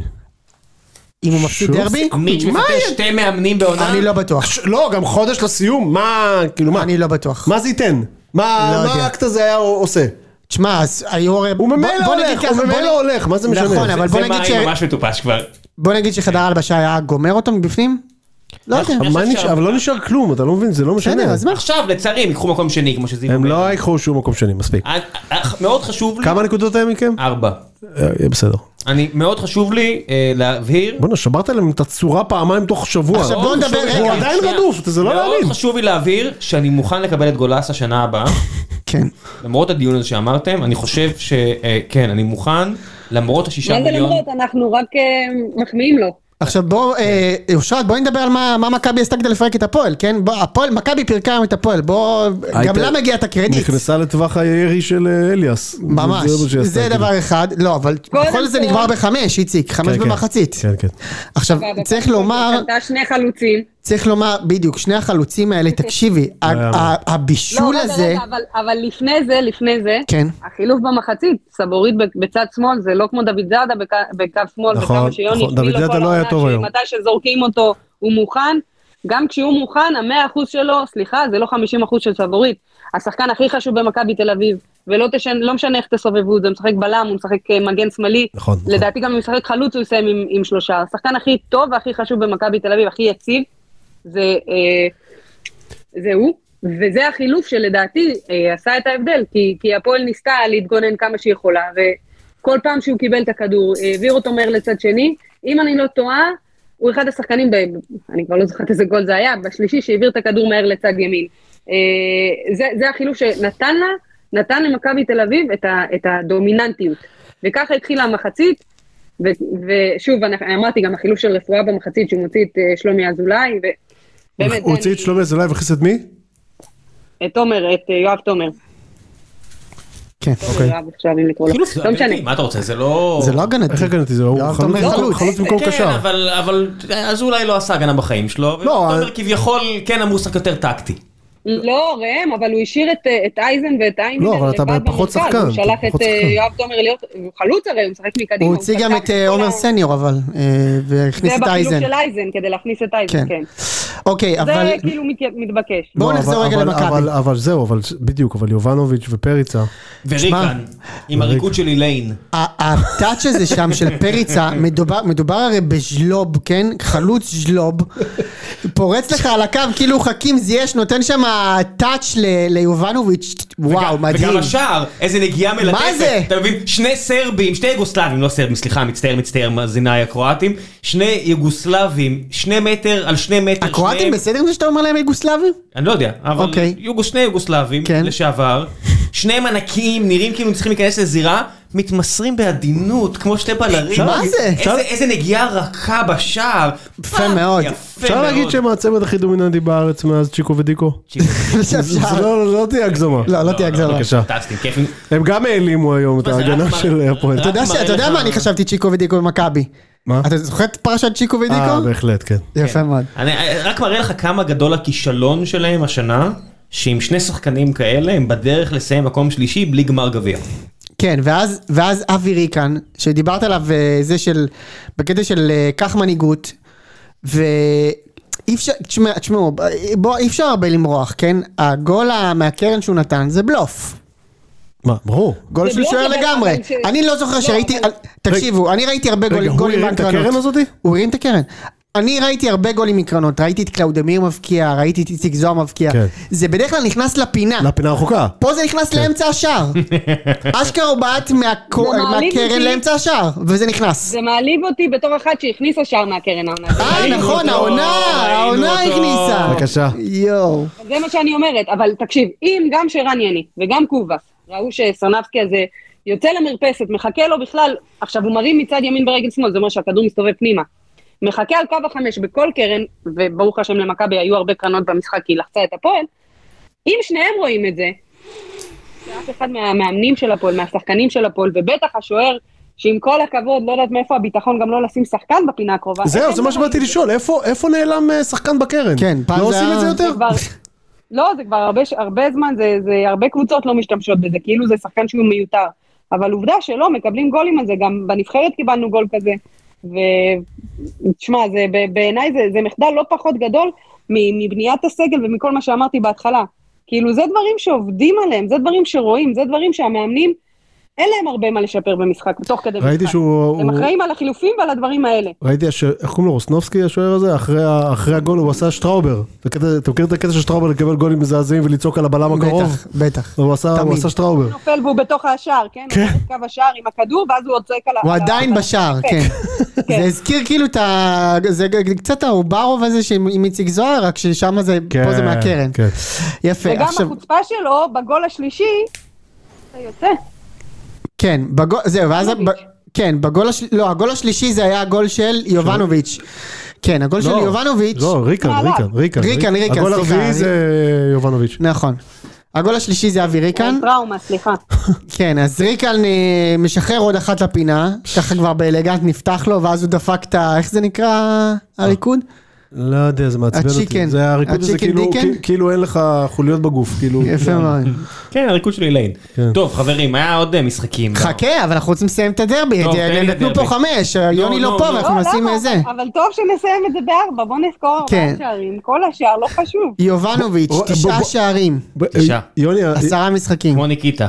אם הוא מפסיד דרבי? מיץ' מפתח שתי מאמנים בעונה? אני לא בטוח. לא, גם חודש לסיום, מה, כאילו מה? אני לא בטוח. מה זה ייתן? מה האקט הזה היה עושה? תשמע, הוא ממילא הולך, הוא ממילא הולך, מה זה משנה? נכון, אבל בוא נגיד ש... זה ממש מטופש כבר. בוא נגיד שחדר הלבשה היה גומר אותו מבפנים? לא יודע. אבל לא נשאר כלום, אתה לא מבין, זה לא משנה. עכשיו, לצערי, הם יקחו מקום שני, כמו שזיו אומר. הם לא יקחו שום מקום שני, מספיק. מאוד חשוב לי... כמה נקודות היה מכם? ארבע. יהיה בסדר. אני, מאוד חשוב לי להבהיר... בוא נשברת להם את הצורה פעמיים תוך שבוע. עכשיו בוא נדבר... הוא עדיין רדוף, זה לא להאמין. מאוד חשוב לי להבהיר שאני מוכן לקבל את גולס השנה הבאה. כן. למרות הדיון הזה שאמרתם, אני חושב שכן, אני מוכן, למרות השישה מיליון... מה זה למרות? אנחנו רק מחמיאים לו. עכשיו בוא, אושרת, בואי נדבר על מה מכבי עשתה כדי לפרק את הפועל, כן? הפועל, מכבי פירקה היום את הפועל, בוא, גם לה מגיע את הקרדיט. נכנסה לטווח הירי של אליאס. ממש, זה דבר אחד, לא, אבל בכל זה נגמר בחמש, איציק, חמש במחצית. כן, כן. עכשיו, צריך לומר... קנתה שני חלוצים. צריך לומר, בדיוק, שני החלוצים האלה, תקשיבי, הבישול הזה... אבל לפני זה, לפני זה, החילוף במחצית, סבורית בצד שמאל, זה לא כמו דוד זאדה בקו שמאל, וכמה שיוני החמיא לו כל העונה, שמתי שזורקים אותו, הוא מוכן, גם כשהוא מוכן, המאה אחוז שלו, סליחה, זה לא חמישים אחוז של סבורית, השחקן הכי חשוב במכבי תל אביב, ולא משנה איך תסובבו, זה משחק בלם, הוא משחק מגן שמאלי, לדעתי גם משחק חלוץ הוא יסיים עם שלושה, השחקן הכי טוב והכי חשוב במכבי תל אביב, הכי יציב, זה, אה, זה הוא, וזה החילוף שלדעתי אה, עשה את ההבדל, כי, כי הפועל ניסתה להתגונן כמה שהיא יכולה, וכל פעם שהוא קיבל את הכדור, העביר אותו מהר לצד שני, אם אני לא טועה, הוא אחד השחקנים, ב, אני כבר לא זוכרת איזה גול זה היה, בשלישי שהעביר את הכדור מהר לצד ימין. אה, זה, זה החילוף שנתן לה, נתן למכבי תל אביב את, ה, את הדומיננטיות, וככה התחילה המחצית, ו, ושוב, אני אמרתי גם החילוף של רפואה במחצית, שהוא מוציא את uh, שלומי אזולאי, ובאמת... הוא הוציא את שלומי אזולאי וכניס את מי? את תומר, את uh, יואב תומר. כן, אוקיי. חילוף זה הגנתי, מה אתה רוצה? זה לא... זה לא הגנתי. איך הגנתי? זה לא חלוץ במקום קשר. כן, אבל אזולאי לא עשה הגנה בחיים שלו, ותומר כביכול כן אמור שחק יותר טקטי. לא, ראם, אבל הוא השאיר את אייזן ואת איימן. לא, אבל אתה פחות שחקן. הוא שלח את יואב תומר להיות, הוא חלוץ הרי, הוא משחק מקדימה. הוא הוציא גם את עומר סניור, אבל, והכניס את אייזן. זה בחילוף של אייזן, כדי להכניס את אייזן, כן. אוקיי, אבל... זה כאילו מתבקש. בואו נחזור רגע למכבי. אבל זהו, אבל בדיוק, אבל יובנוביץ' ופריצה. וריקן, עם הריקוד של איליין. הטאץ' הזה שם של פריצה, מדובר הרי בז'לוב, כן? חלוץ ז'לוב. פורץ לך על הקו, כאילו חכים זייש, נותן שם טאץ' ליובנוביץ', וואו, מדהים. וגם השער, איזה נגיעה מלטפת. מה זה? אתה מבין, שני סרבים, שני יוגוסלבים, לא סרבים, סליחה, מצטער, מצטער, מאזיניי הקרואטים, שני יוגוסלבים, שני מטר על שני מטר. הקרואטים בסדר עם זה שאתה אומר להם יוגוסלבים? אני לא יודע, אבל שני יוגוסלבים לשעבר, שניהם ענקים, נראים כאילו צריכים להיכנס לזירה, מתמסרים בעדינות, כמו שתי בלרים. מה זה? איזה נגיעה רכה בשער. יפה מאוד. אפשר להגיד שהם הצמד הכי דומיננטי בארץ מאז צ'יקו ודיקו? זה לא תהיה הגזמה. לא, לא תהיה הגזמה. הם גם העלימו היום את ההגנה של הפועל. אתה יודע מה אני חשבתי צ'יקו ודיקו במכבי? מה? אתה זוכר את פרשת צ'יקו ודיקו? אה, בהחלט, כן. יפה מאוד. אני רק מראה לך כמה גדול הכישלון שלהם השנה, שעם שני שחקנים כאלה הם בדרך לסיים מקום שלישי בלי גמר גביע. כן, ואז, ואז אבי ריקן, שדיברת עליו, זה של, בקטע של כך מנהיגות, ואי אפשר, תשמעו, בוא, אי אפשר הרבה למרוח, כן? הגול מהקרן שהוא נתן זה בלוף. מה, ברור. גול של שוער לגמרי. אני לא זוכר שראיתי, תקשיבו, אני ראיתי הרבה גולים מהקרנות. הוא הרים את הקרן הזאתי? הוא הרים את הקרן. אני ראיתי הרבה גולים מקרנות, ראיתי את קלאודמיר מבקיע, ראיתי את איציק זוהר מבקיע. זה בדרך כלל נכנס לפינה. לפינה רחוקה. פה זה נכנס לאמצע השער. אשכרה הוא בעט מהקרן לאמצע השער, וזה נכנס. זה מעליב אותי בתור אחת שהכניסה שער מהקרן העונה. אה, נכון, העונה, העונה הכניסה. בבקשה. יואו. זה מה שאני אומרת, אבל תקשיב, אם גם שרן יני וגם קובס, ראו שסרנבסקי הזה יוצא למרפסת, מחכה לו בכלל, עכשיו הוא מרים מצד ימין ברגל שמאל, זה אומר שהכדור מסתובב פנימה. מחכה על קו החמש בכל קרן, וברוך השם למכבי היו הרבה קרנות במשחק, כי היא לחצה את הפועל, אם שניהם רואים את זה, שאף אחד מהמאמנים של הפועל, מהשחקנים של הפועל, ובטח השוער, שעם כל הכבוד, לא יודעת מאיפה הביטחון, גם לא לשים שחקן בפינה הקרובה. זהו, זה מה שבאתי לשאול, איפה נעלם שחקן בקרן? כן, לא עושים את זה יותר? לא, זה כבר הרבה, הרבה זמן, זה, זה הרבה קבוצות לא משתמשות בזה, כאילו זה שחקן שהוא מיותר. אבל עובדה שלא, מקבלים גולים על זה, גם בנבחרת קיבלנו גול כזה. ותשמע, זה, בעיניי זה, זה מחדל לא פחות גדול מבניית הסגל ומכל מה שאמרתי בהתחלה. כאילו זה דברים שעובדים עליהם, זה דברים שרואים, זה דברים שהמאמנים, אין להם הרבה מה לשפר במשחק, בתוך כדי משחק. שהוא... הם אחראים על החילופים ועל הדברים האלה. ראיתי, איך קוראים לו, רוסנובסקי השוער הזה? אחרי, אחרי הגול הוא עשה שטראובר. אתה מכיר את הקטע של שטראובר לקבל גולים מזעזעים וליצוק על הבלם הקרוב? בטח, בטח. הוא עשה, הוא עשה שטראובר. הוא נופל והוא בתוך השער, כן? הוא עושה קו השער עם הכדור, ואז הוא עוצק על... הוא עדיין בשער, כן. זה הזכיר כאילו את ה... זה קצת האוברוב הזה עם איציק זוהר, רק ששם זה, פה זה מהקרן. יפה. וגם החוצפה שלו, בגול השלישי, זה יוצא. כן, בגול, זהו, ואז, כן, בגול, לא, הגול השלישי זה היה הגול של יובנוביץ'. כן, הגול של יובנוביץ'. לא, ריקן, ריקן, ריקן. ריקן, ריקן, הגול הרביעי זה יובנוביץ'. נכון. הגול השלישי זה אבי ריקן. טראומה, סליחה. כן, אז ריקן משחרר עוד אחת לפינה, ככה כבר באלגנט נפתח לו, ואז הוא דפק את ה... איך זה נקרא הריקוד? לא יודע, זה מעצבן אותי. זה הריקוד הזה כאילו אין לך חוליות בגוף. יפה מאוד. כן, הריקוד שלי ליין. טוב, חברים, היה עוד משחקים. חכה, אבל אנחנו רוצים לסיים את הדרבי. נתנו פה חמש, יוני לא פה, ואנחנו נשים איזה. אבל טוב שנסיים את זה בארבע, בוא נזכור ארבעה שערים. כל השאר לא חשוב. יובנוביץ', תשעה שערים. תשעה. עשרה משחקים. כמו ניקיטה.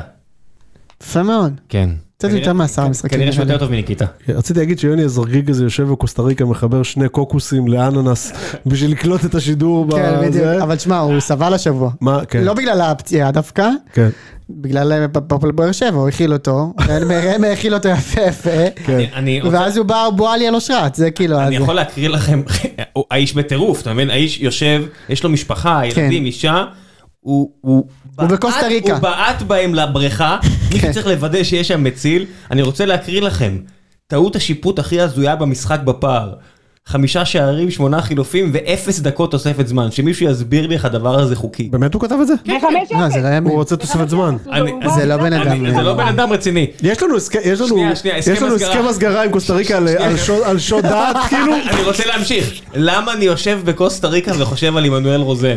יפה מאוד. כן. קצת יותר מעשרה משחקים. כנראה שיותר טוב מניקיטה. רציתי להגיד שיוני הזרגיג הזה יושב בקוסטה ריקה, מחבר שני קוקוסים לאננס, בשביל לקלוט את השידור. כן, בדיוק. אבל תשמע, הוא סבל השבוע. לא בגלל הפציעה דווקא. כן. בגלל פופל באר שבע, הוא הכיל אותו. רמי הכיל אותו יפה יפה. ואז הוא בא בועלי על אושרת, זה כאילו... אני יכול להקריא לכם, האיש בטירוף, אתה מבין? האיש יושב, יש לו משפחה, ילדים, אישה, הוא... הוא בקוסטה ריקה. הוא בעט בהם לבריכה, מישהו צריך לוודא שיש שם מציל. אני רוצה להקריא לכם, טעות השיפוט הכי הזויה במשחק בפער. חמישה שערים, שמונה חילופים ואפס דקות תוספת זמן. שמישהו יסביר לי איך הדבר הזה חוקי. באמת הוא כתב את זה? בחמש אפס. הוא רוצה תוספת זמן. זה לא בן אדם. זה לא בן אדם רציני. יש לנו הסכם הסגרה עם קוסטה ריקה על שוד דעת, כאילו. אני רוצה להמשיך. למה אני יושב בקוסטה ריקה וחושב על עמנואל רוזן?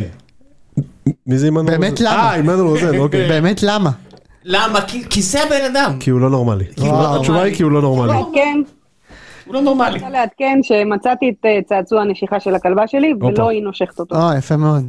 מי זה עמנואל רוזן? באמת למה? אה, עמנואל רוזן, אוקיי. באמת למה? למה? כי זה הבן אדם. כי הוא לא נורמלי. התשובה היא כי הוא לא נורמלי. כן. הוא לא נורמלי. אני רוצה לעדכן שמצאתי את צעצוע הנשיכה של הכלבה שלי, ולא היא נושכת אותו. אה, יפה מאוד.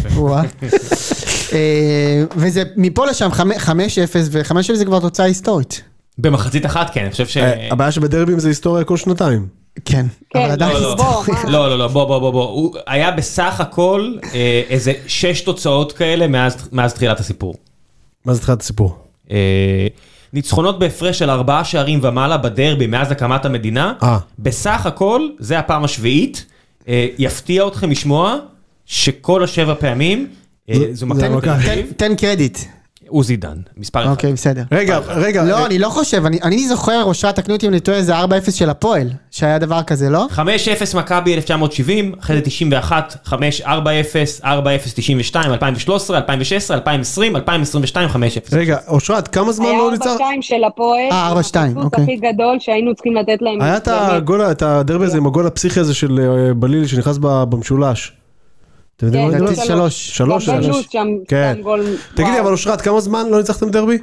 וזה מפה לשם חמש אפס, ו-חמש אפס זה כבר תוצאה היסטורית. במחצית אחת, כן, אני חושב ש... הבעיה שבדרבים זה היסטוריה כל שנתיים. כן, אבל עדיין היסטוריה. לא, לא, לא, בוא, בוא, בוא, בוא. הוא היה בסך הכל איזה שש תוצאות כאלה מאז תחילת הסיפור. מה זה תחילת הסיפור? ניצחונות בהפרש של ארבעה שערים ומעלה בדרבי מאז הקמת המדינה, בסך הכל, זה הפעם השביעית, יפתיע אתכם לשמוע שכל השבע פעמים, זו מכבי תל אביב. תן קרדיט. עוזי דן, מספר אחד. אוקיי, בסדר. רגע, רגע. לא, אני לא חושב, אני זוכר, אושרת, תקנו אותי אם אני טועה, זה ארבע אפס של הפועל, שהיה דבר כזה, לא? חמש אפס מכבי אלף תשע מאות שבעים, אחרי זה תשעים ואחת, חמש ארבע אפס, ארבע אפס תשעים ושתיים, אלפיים ושלוש עשרה, אלפיים ושש עשרה, אלפיים ועשרים, אלפיים עשרים ושתיים, חמש אפס. רגע, אושרת, כמה זמן לא ניצח? היה ארבע שתיים של הפועל. אה, ארבע שתיים, אוקיי. הכי גדול שהיינו צריכים לתת להם. היה את הדרבי הזה עם הגול הפסיכי הזה של בלילי שנכנס במשולש. אתם יודעים מה לדעת? שלוש. שלוש, שלוש. כן. תגידי, אבל אושרת, כמה זמן לא ניצחתם דרבי?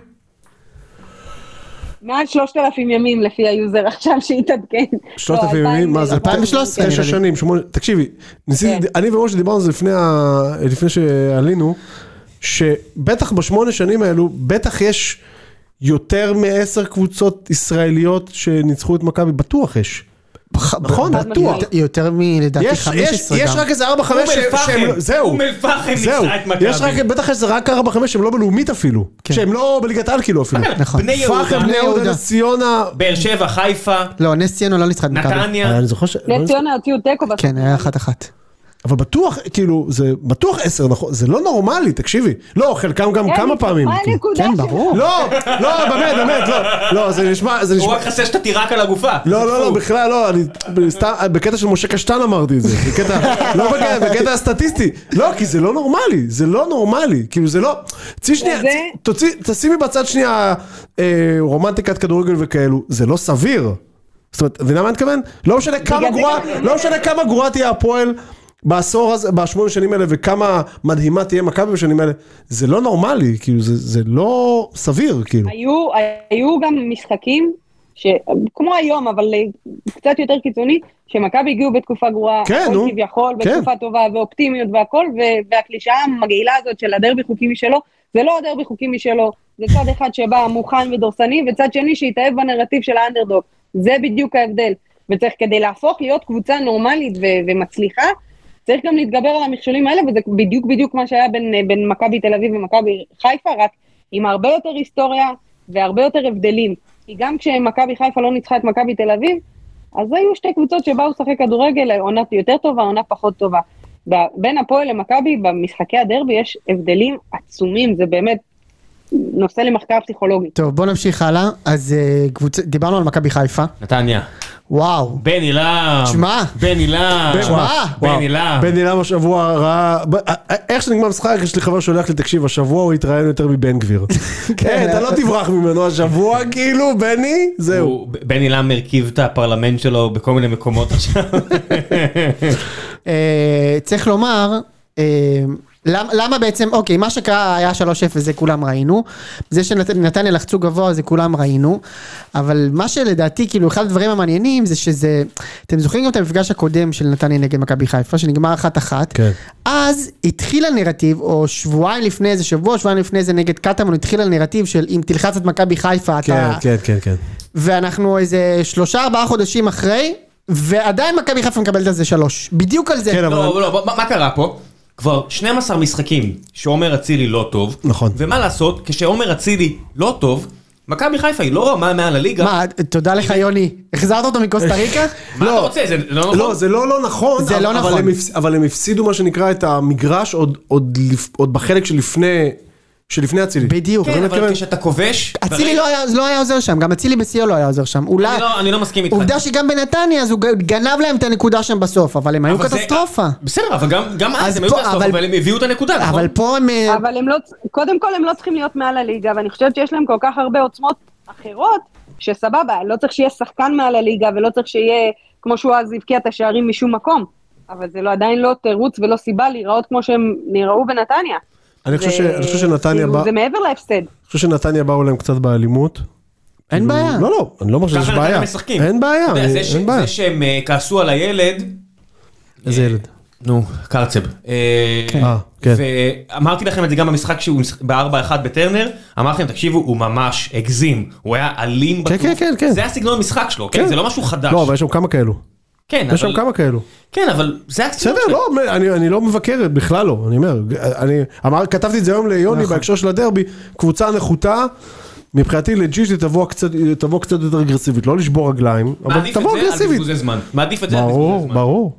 מעל שלושת אלפים ימים לפי היוזר עכשיו שהתעדכן. שלושת אלפים ימים? מה זה? אלפיים ושלוש עשרה. תשע שנים, שמונה, תקשיבי, אני ומשה דיברנו על זה לפני שעלינו, שבטח בשמונה שנים האלו, בטח יש יותר מעשר קבוצות ישראליות שניצחו את מכבי, בטוח יש. נכון, בטוח. יותר מלדעתי חמש עשרה גם. יש רק איזה ארבע חמש שהם, זהו. אום אל-פחם ניצחה את מכבי. יש רק, בטח יש רק ארבע חמש שהם לא בלאומית אפילו. שהם לא בליגת העל כאילו אפילו. נכון. בני יהודה. פחם, בני יהודה, נס ציונה. באר שבע, חיפה. לא, נס ציונה לא ניצחה את מכבי. נתניה. נס ציונה הוציאו תיקו. כן, היה אחת אחת. אבל בטוח, כאילו, זה בטוח עשר, נכון? זה לא נורמלי, תקשיבי. לא, חלקם גם כמה פעמים. כן, ברור. לא, לא, באמת, באמת, לא. לא, זה נשמע, זה נשמע. הוא רק חסר שאתה תירק על הגופה. לא, לא, לא, בכלל לא, אני סתם, בקטע של משה קשטן אמרתי את זה. בקטע, לא בקטע הסטטיסטי. לא, כי זה לא נורמלי, זה לא נורמלי. כאילו, זה לא, צאי שנייה, תוציא, תשימי בצד שנייה רומנטיקת כדורגל וכאלו. זה לא סביר. זאת אומרת, מבינה מה אני מתכוון? לא משנה כמה גרועה, לא משנה כמה גרועה תהיה הפועל בעשור הזה, בשמונה שנים האלה, וכמה מדהימה תהיה מכבי בשנים האלה, זה לא נורמלי, כאילו, זה, זה לא סביר, כאילו. היו, היו גם משחקים, ש, כמו היום, אבל קצת יותר קיצוני, שמכבי הגיעו בתקופה גרועה, כן, הכל נו. כביכול, כן. בתקופה טובה ואופטימיות והכל, והקלישאה המגעילה הזאת של הדרבי חוקי משלו, זה לא הדרבי חוקי משלו, זה צד אחד שבא מוכן ודורסני, וצד שני שהתאהב בנרטיב של האנדרדוג, זה בדיוק ההבדל, וצריך כדי להפוך להיות קבוצה נורמלית ו- ומצליחה, צריך גם להתגבר על המכשולים האלה, וזה בדיוק בדיוק מה שהיה בין, בין מכבי תל אביב ומכבי חיפה, רק עם הרבה יותר היסטוריה והרבה יותר הבדלים. כי גם כשמכבי חיפה לא ניצחה את מכבי תל אביב, אז היו שתי קבוצות שבאו לשחק כדורגל, עונה יותר טובה, עונה פחות טובה. בין הפועל למכבי, במשחקי הדרבי יש הבדלים עצומים, זה באמת נושא למחקר פסיכולוגי. טוב, בוא נמשיך הלאה. אז uh, קבוצה, דיברנו על מכבי חיפה. נתניה. וואו. בן אילם. שמע. בן אילם. שמע. בן אילם. בן אילם השבוע ראה, איך שנגמר משחק, יש לי חבר שהולך לי, תקשיב, השבוע הוא התראיין יותר מבן גביר. כן, אתה לא תברח ממנו השבוע, כאילו, בני, זהו. בן אילם הרכיב את הפרלמנט שלו בכל מיני מקומות עכשיו. צריך לומר, למה, למה בעצם, אוקיי, מה שקרה היה שלוש אפס, זה כולם ראינו, זה שנתניה לחצו גבוה, זה כולם ראינו, אבל מה שלדעתי, כאילו, אחד הדברים המעניינים, זה שזה, אתם זוכרים גם את המפגש הקודם של נתניה נגד מכבי חיפה, שנגמר אחת אחת, כן. אז התחיל הנרטיב, או שבועיים לפני זה, שבוע, שבועיים לפני זה, נגד קטמון, התחיל הנרטיב של אם תלחץ את מכבי חיפה, כן, אתה... כן, כן, כן. ואנחנו איזה שלושה, ארבעה חודשים אחרי, ועדיין מכבי חיפה מקבלת על זה שלוש, בדיוק על זה. כן, אבל... לא, לא, מה קרה פה? כבר שנים עשר משחקים שעומר אצילי לא טוב. נכון. ומה לעשות, כשעומר אצילי לא טוב, מכבי חיפה היא לא רמה מעל הליגה. מה, תודה לך יוני, החזרת אותו מקוסטה ריקה? מה אתה רוצה? זה לא נכון? לא, זה לא לא נכון, זה לא נכון. אבל הם הפסידו מה שנקרא את המגרש עוד בחלק שלפני... שלפני אצילי. בדיוק. כן, אבל כשאתה כובש... אצילי לא היה עוזר שם, גם אצילי בסיוע לא היה עוזר שם. אני לא מסכים איתך. עובדה שגם בנתניה, אז הוא גנב להם את הנקודה שם בסוף, אבל הם היו קטסטרופה. בסדר, אבל גם אז הם היו קטסטרופה, אבל הם הביאו את הנקודה, נכון? אבל פה הם... אבל הם לא... קודם כל הם לא צריכים להיות מעל הליגה, ואני חושבת שיש להם כל כך הרבה עוצמות אחרות, שסבבה, לא צריך שיהיה שחקן מעל הליגה, ולא צריך שיהיה, כמו שהוא אז הבקיע את השערים משום מקום. אבל זה לא עדיין לא תירוץ ולא סיבה להיראות כמו שהם נראו בנתניה. אני חושב שנתניה בא... זה מעבר להפסד. אני חושב שנתניה באו להם קצת באלימות. אין בעיה. לא, לא, אני לא אומר שיש בעיה. אין בעיה, אין בעיה. זה שהם כעסו על הילד... איזה ילד? נו, קרצב. כן. ואמרתי לכם את זה גם במשחק שהוא ב-ארבע אחת בטרנר, אמרתי לכם, תקשיבו, הוא ממש הגזים. הוא היה אלים בטוח. כן, כן, כן. זה הסגנון המשחק שלו, זה לא משהו חדש. לא, אבל יש שם כמה כאלו. כן, יש שם כמה כאלו. כן, אבל זה הסגנון שלו. בסדר, לא, אני לא מבקר, בכלל לא, אני אומר. אני כתבתי את זה היום ליוני בהקשר של הדרבי, קבוצה נחותה, מבחינתי לג'יש תבוא קצת יותר אגרסיבית, לא לשבור רגליים, אבל תבוא אגרסיבית. מעדיף את זה על בזבוזי זמן. ברור, ברור.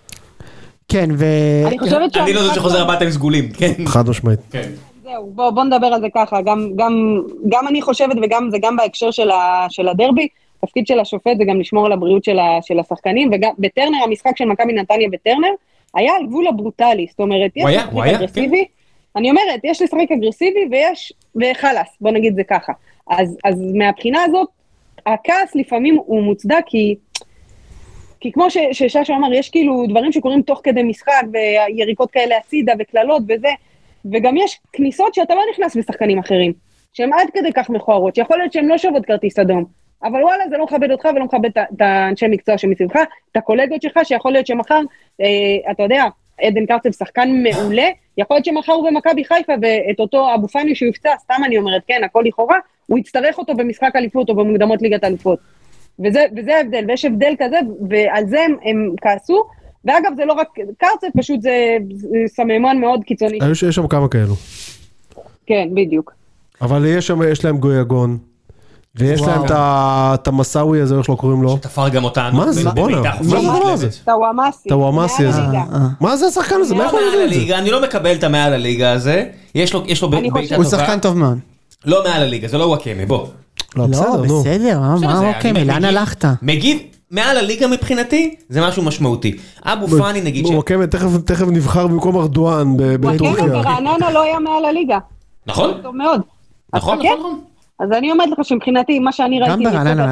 כן, ו... אני חושבת ש... אני לא זה שחוזר הביתה עם סגולים, כן. חד משמעית. כן. זהו, בוא, בוא נדבר על זה ככה, גם, גם, גם אני חושבת וגם זה גם בהקשר של, ה, של הדרבי, תפקיד של השופט זה גם לשמור על הבריאות של, ה, של השחקנים, וגם בטרנר, המשחק של מכבי נתניה בטרנר, היה על גבול הברוטלי, זאת אומרת, יש היה, לשחק אגרסיבי, כן. אני אומרת, יש לשחק אגרסיבי ויש, וחלס, בוא נגיד זה ככה. אז, אז מהבחינה הזאת, הכעס לפעמים הוא מוצדק, כי, כי כמו ש, ששש אמר, יש כאילו דברים שקורים תוך כדי משחק, ויריקות כאלה הצידה וכללות וזה, וגם יש כניסות שאתה לא נכנס בשחקנים אחרים, שהן עד כדי כך מכוערות, שיכול להיות שהן לא שוות כרטיס אדום, אבל וואלה, זה לא מכבד אותך ולא מכבד את האנשי מקצוע שמסביבך, את הקולגות שלך, שיכול להיות שמחר, אה, אתה יודע, עדן קרצב שחקן מעולה, יכול להיות שמחר הוא במכבי חיפה, ואת אותו אבו פאני שהוא יפצע, סתם אני אומרת, כן, הכל לכאורה, הוא יצטרך אותו במשחק אליפות או במוקדמות ליגת אליפות. וזה, וזה ההבדל, ויש הבדל כזה, ועל זה הם, הם כעסו, ואגב זה לא רק קרצב, פשוט זה, זה סממן מאוד קיצוני. יש, יש שם כמה כאלו. כן, בדיוק. אבל יש שם, יש להם גויגון, ויש וואו. להם את המסאווי הזה, איך שלא קוראים לו. שתפר גם אותנו. מה זה? בונה. מה זה? טוואמאסי. טוואמאסי הזה. מה זה השחקן הזה? מה יכול להיות את זה? אני לא מקבל את המעל הליגה הזה. יש לו, יש לו בעיטה טובה. הוא שחקן טוב מאוד. לא מעל הליגה, זה לא וואקמה, בוא. לא, בסדר, מה וואקמה, לאן הלכת? מגיב, מעל הליגה מבחינתי, זה משהו משמעותי. אבו פאני נגיד ש... וואקמה תכף נבחר במקום ארדואן בטורקיה. וואקמה ברעננה לא היה מעל הליגה. נכון? טוב מאוד. נכון, נכון, נכון. אז אני אומרת לך שמבחינתי, מה שאני ראיתי... גם ברעננה.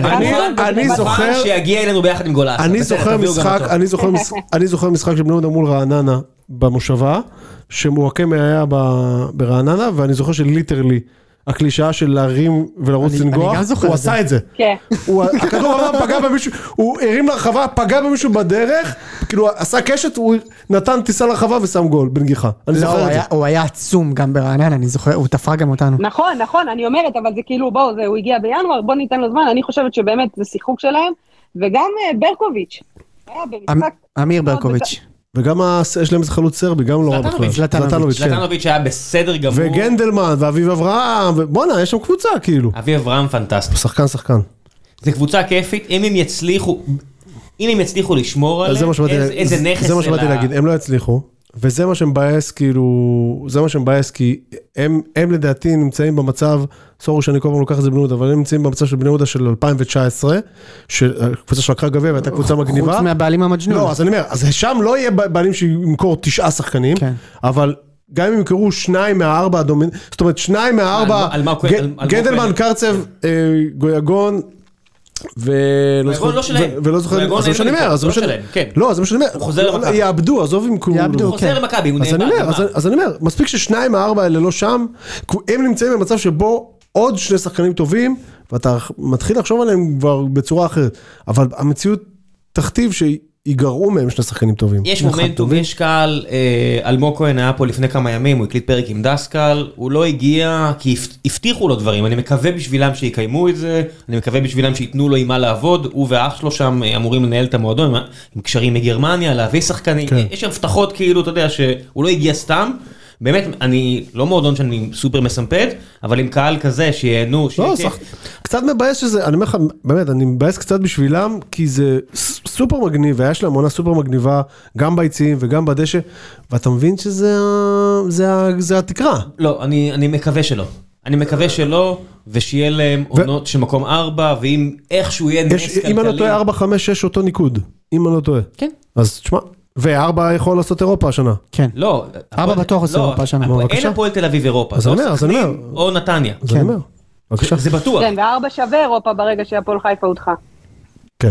אני זוכר... שיגיע אלינו ביחד עם גולאס. אני זוכר משחק, אני זוכר משחק של בני יהודה מול רעננה במושבה, שוואקמה היה ברעננה, ואני זוכר שליטרלי, הקלישאה של להרים ולרוץ לנגוח, הוא עשה את זה. כן. הכדור עבר, פגע במישהו, הוא הרים לרחבה, פגע במישהו בדרך, כאילו עשה קשת, הוא נתן טיסה לרחבה ושם גול בנגיחה. אני זוכר את זה. הוא היה עצום גם ברעננה, אני זוכר, הוא תפרה גם אותנו. נכון, נכון, אני אומרת, אבל זה כאילו, בואו, הוא הגיע בינואר, בואו ניתן לו זמן, אני חושבת שבאמת זה שיחוק שלהם, וגם ברקוביץ'. אמיר ברקוביץ'. וגם יש להם איזה חלוץ סרבי, גם לא רע בכלל. זלטנוביץ'. זלטנוביץ' היה בסדר גמור. וגנדלמן, ואביב אברהם, בוא'נה, יש שם קבוצה כאילו. אביב אברהם פנטסטי. שחקן, שחקן. זה קבוצה כיפית, אם הם יצליחו, אם הם יצליחו לשמור עליהם, איזה נכס. זה מה שבאתי להגיד, הם לא יצליחו, וזה מה שמבאס, כאילו, זה מה שמבאס, כי הם, הם לדעתי נמצאים במצב, סורו שאני כל פעם לוקח את זה בני יהודה, אבל הם נמצאים במצב של בני יהודה של אלפיים תשע עשרה, קבוצה שלקחה גביע והייתה קבוצה מגניבה. חוץ מהבעלים המג'נון. לא, אז אני אומר, אז שם לא יהיה בעלים שימכור תשעה שחקנים, אבל גם אם ימכרו שניים מהארבע הדומין, זאת אומרת, שניים מהארבע, גנדלמן, קרצב, גויגון, ולא זוכר, אז זה מה שאני אומר, לא, זה מה שאני אומר, יאבדו, עזוב עם כולם, הוא חוזר למכבי, הוא נאבד, אז אני אומר, מספיק ששניים מהארבע האלה לא שם, הם נמצאים במצב שבו עוד שני שחקנים טובים, ואתה מתחיל לחשוב עליהם כבר בצורה אחרת, אבל המציאות תכתיב שיגרעו מהם שני שחקנים טובים. יש מומנטום, יש קהל, אלמוג כהן היה פה לפני כמה ימים, הוא הקליט פרק עם דסקל, הוא לא הגיע כי הבטיחו לו דברים, אני מקווה בשבילם שיקיימו את זה, אני מקווה בשבילם שיתנו לו עם מה לעבוד, הוא ואח שלו שם אמורים לנהל את המועדון, עם קשרים מגרמניה, להביא שחקנים, יש הבטחות כאילו, אתה יודע, שהוא לא הגיע סתם, באמת, אני לא מועדון שאני סופר מסמפד, אבל עם קהל כזה שיהנו, לא, קצת מבאס שזה, אני אומר לך, באמת, אני מבאס קצת בשבילם, כי זה סופר מגניב, והיה שלהם עונה סופר מגניבה, גם ביציעים וגם בדשא, ואתה מבין שזה התקרה. לא, אני מקווה שלא. אני מקווה שלא, ושיהיה להם עונות של מקום ארבע, ואם איכשהו יהיה נס כלכלי. אם אני לא טועה, ארבע, חמש, שש אותו ניקוד. אם אני לא טועה. כן. אז תשמע. וארבע יכול לעשות אירופה השנה. כן. לא. ארבע בטוח עושה אירופה השנה. אין הפועל תל אביב אירופה. אז אני אומר, אז אני אומר. או נתניה. אז אני אומר. זה בטוח. כן, וארבע שווה אירופה ברגע שהפועל חיפה הודחה. כן.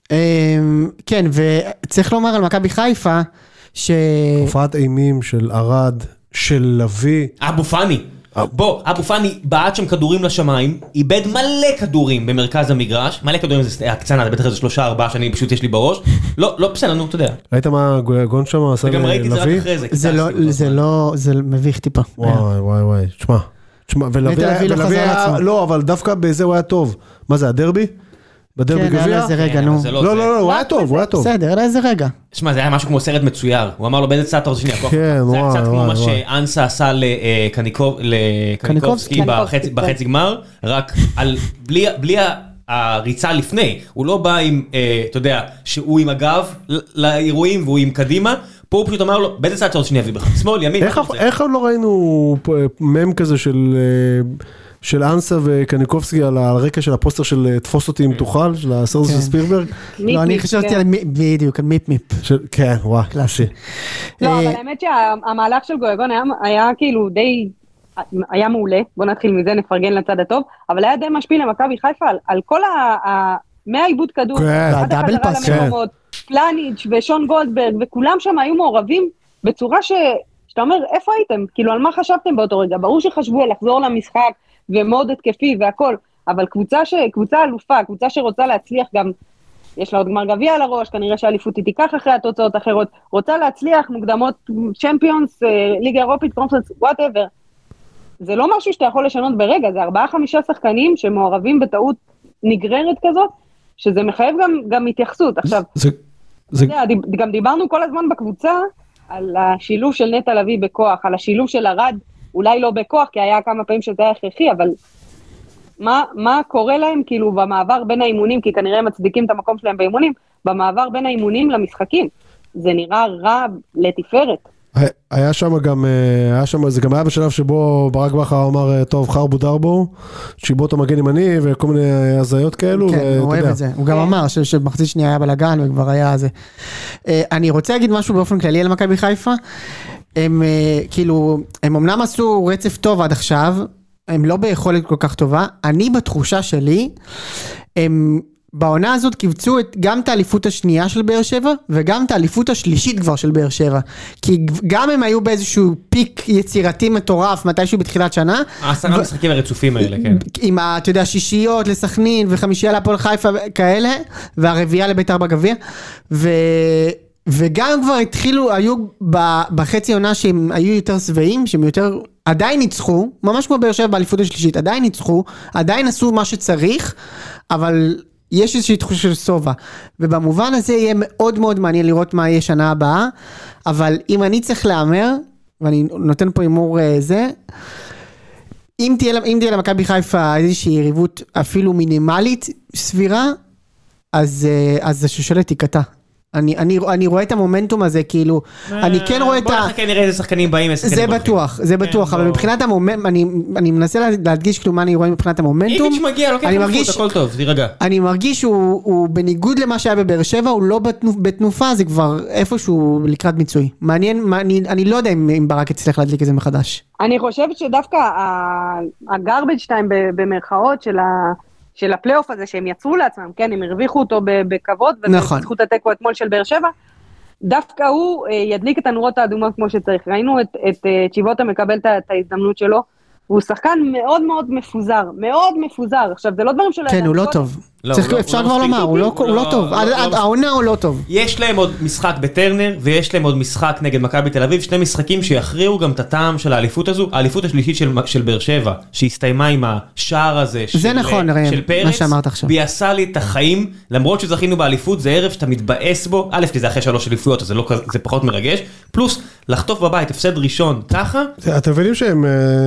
כן, וצריך לומר על מכבי חיפה, ש... הופעת אימים של ארד, של לוי. אבו פאני. בוא, אבו פאני בעט שם כדורים לשמיים, איבד מלא כדורים במרכז המגרש, מלא כדורים זה הקצנה, זה בטח איזה שלושה ארבעה שאני פשוט יש לי בראש, לא, לא בסדר, נו, אתה יודע. ראית מה גויגון שם עשה ללוי? וגם ראיתי את זה רק אחרי זה. זה לא, זה לא, זה מביך טיפה. וואי, וואי, וואי, תשמע, תשמע, ולוי, לא, אבל דווקא בזה הוא היה טוב. מה זה, הדרבי? בדרבי גביע? כן, היה איזה רגע, נו. לא, לא, לא, הוא היה טוב, הוא היה טוב. בסדר, היה איזה רגע. תשמע, זה היה משהו כמו סרט מצויר. הוא אמר לו, באיזה צד אתה רוצה שנייה? כן, וואי, זה היה קצת כמו וואי, מה שאנסה עשה לקניקובסקי בחצי גמר, רק בלי הריצה לפני. הוא לא בא עם, אתה יודע, שהוא עם הגב לאירועים והוא עם קדימה, פה הוא פשוט אמר לו, באיזה צד אתה רוצה שנייה? שמאל, ימין. איך לא ראינו מם כזה של... של אנסה וקניקובסקי על הרקע של הפוסטר של תפוס אותי אם תוכל, של הסרט של ספירברג. לא, אני חשבתי על בדיוק, על מיפ מיפ. כן, וואו, קלאסי. לא, אבל האמת שהמהלך של גויגון היה כאילו די, היה מעולה, בוא נתחיל מזה, נפרגן לצד הטוב, אבל היה די משפיע למכבי חיפה על כל מהעיבוד כדור, עד החזרה למקומות, פלניץ' ושון גולדברג, וכולם שם היו מעורבים בצורה שאתה אומר, איפה הייתם? כאילו, על מה חשבתם באותו רגע? ברור שחשבו על לחזור למשחק, ומאוד התקפי והכל, אבל קבוצה ש... קבוצה אלופה, קבוצה שרוצה להצליח גם, יש לה עוד גמר גביע על הראש, כנראה שהאליפות היא תיקח אחרי התוצאות אחרות, רוצה להצליח מוקדמות צ'מפיונס, ליגה אירופית, קונפרנס, whatever. זה לא משהו שאתה יכול לשנות ברגע, זה ארבעה חמישה שחקנים שמעורבים בטעות נגררת כזאת, שזה מחייב גם, גם התייחסות. עכשיו, זה, זה... יודע, גם דיברנו כל הזמן בקבוצה, על השילוב של נטע לביא בכוח, על השילוב של ארד, אולי לא בכוח, כי היה כמה פעמים שזה היה הכרחי, אבל מה, מה קורה להם כאילו במעבר בין האימונים, כי כנראה הם מצדיקים את המקום שלהם באימונים, במעבר בין האימונים למשחקים. זה נראה רע לתפארת. היה שם גם, היה שם, זה גם היה בשלב שבו ברק בכר אמר, טוב, חרבו דרבו, שיבו אותו מגן ימני וכל מיני הזיות כאלו. כן, הוא אוהב את זה. הוא גם אמר שבמחצית שנייה היה בלגן וכבר היה זה. אני רוצה להגיד משהו באופן כללי על מכבי חיפה. הם כאילו, הם אמנם עשו רצף טוב עד עכשיו, הם לא ביכולת כל כך טובה. אני בתחושה שלי, הם... בעונה הזאת קיבצו את, גם את האליפות השנייה של באר שבע, וגם את האליפות השלישית כבר של באר שבע. כי גם הם היו באיזשהו פיק יצירתי מטורף, מתישהו בתחילת שנה. העשרה ו... משחקים הרצופים האלה, כן. עם, אתה יודע, שישיות לסכנין, וחמישייה להפועל חיפה כאלה, והרביעייה לבית"ר בגביע. ו... וגם כבר התחילו, היו בחצי עונה שהם היו יותר שבעים, שהם יותר, עדיין ניצחו, ממש כמו באר שבע באליפות השלישית, עדיין ניצחו, עדיין עשו מה שצריך, אבל... יש איזושהי תחושה של סובה, ובמובן הזה יהיה מאוד מאוד מעניין לראות מה יהיה שנה הבאה, אבל אם אני צריך לאמר, ואני נותן פה אימור זה, אם תהיה, אם תהיה למכבי חיפה איזושהי יריבות אפילו מינימלית סבירה, אז, אז השושלת תיקטע. אני, אני, אני רואה את המומנטום הזה, כאילו, אני כן רואה את ה... בוא נחכה נראה איזה שחקנים באים, איזה שחקנים זה בטוח, זה בטוח, אבל מבחינת המומנטום, אני, אני מנסה להדגיש כאילו מה אני רואה מבחינת המומנטום. איביץ' מגיע, לוקח למחוץ, הכל טוב, תירגע. אני מרגיש שהוא בניגוד למה שהיה בבאר שבע, הוא לא בתנופה, זה כבר איפשהו לקראת מיצוי. מעניין, אני לא יודע אם ברק יצליח להדליק את זה מחדש. אני חושבת שדווקא הגרבג' טיים במרכאות של ה... של הפלייאוף הזה שהם יצרו לעצמם, כן, הם הרוויחו אותו בכבוד, נכון. ובזכות הטקו אתמול של באר שבע, דווקא הוא ידליק את הנורות האדומות כמו שצריך. ראינו את, את צ'יבוטה מקבל את ההזדמנות שלו, והוא שחקן מאוד מאוד מפוזר, מאוד מפוזר. עכשיו, זה לא דברים שלהם. כן, הוא לא טוב. אפשר כבר לומר, הוא לא טוב. העונה הוא לא טוב. יש להם עוד משחק בטרנר, ויש להם עוד משחק נגד מכבי תל אביב, שני משחקים שיכריעו גם את הטעם של האליפות הזו, האליפות השלישית של באר שבע, שהסתיימה עם השער הזה של פרץ, ביעשה לי את החיים, למרות שזכינו באליפות, זה ערב שאתה מתבאס בו, א', כי זה אחרי שלוש אליפויות, אז זה פחות מרגש, פלוס לחטוף בבית, הפסד ראשון, ככה. אתם מבינים שהם...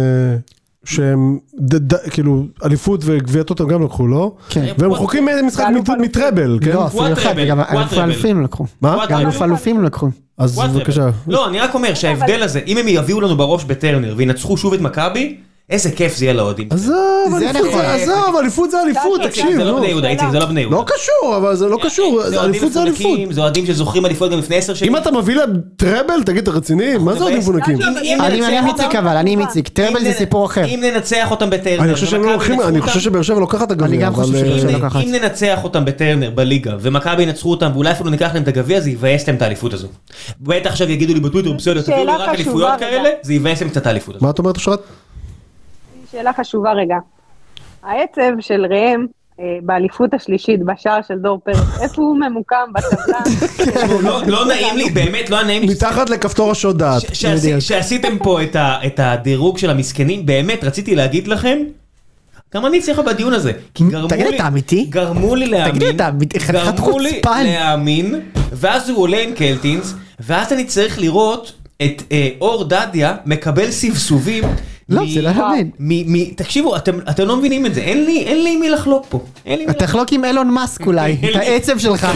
שהם, כאילו, אליפות וגביעת אותם גם לקחו, לא? כן. והם רחוקים משחק מטרבל, כן? לא, אפילו אחד, וגם אלוף אלופים לקחו. מה? גם אלוף אלופים לקחו. אז בבקשה. לא, אני רק אומר שההבדל הזה, אם הם יביאו לנו בראש בטרנר, וינצחו שוב את מכבי, איזה כיף זה יהיה לאוהדים. עזוב, עזוב, אליפות זה אליפות, תקשיב. זה לא בני יהודה, איציק, זה לא בני יהודה. לא קשור, אבל זה לא קשור, אליפות זה אליפות. זה אוהדים שזוכרים אליפות גם לפני עשר שנים. אם אתה מביא להם טראבל, תגיד, אתה רציני? מה זה אוהדים פונקים? אני מציק אבל, אני מציק, טראבל זה סיפור אחר. אם ננצח אותם בטרנר, אני חושב שבאר שבע לוקחת את הגביע. אני גם חושב שבאר שבע לוקחת. אם ננצח אותם בטרנר בליגה, ומכבי ינצחו אותם, ואולי אפילו ניקח להם את הגביע, זה יבאס להם את האליפות הזו. בטח עכשיו יגידו לי בטוויטר, בסדר, תביאו לי רק אליפויות כאלה, זה יבאס להם את האליפות הזו. מה את אומרת, אושרת? שאלה חשובה רגע. העצב של ראם באליפות השלישית בשער של דור פרץ, איפה הוא ממוקם בטבלה? לא נעים לי, באמת לא נעים לי. מתחת לכפתור השוד דעת. שעשיתם פה את הדירוג של המסכנים, באמת רציתי להגיד לכם, גם אני צריך בדיון הזה. תגיד את האמיתי? גרמו לי להאמין. תגיד את האמיתי, גרמו לי להאמין, ואז הוא עולה עם קלטינס, ואז אני צריך לראות את אור דדיה מקבל סבסובים, לא, זה לא יאמין. תקשיבו, אתם לא מבינים את זה, אין לי מי לחלוק פה. תחלוק עם אילון מאסק אולי, את העצב שלך.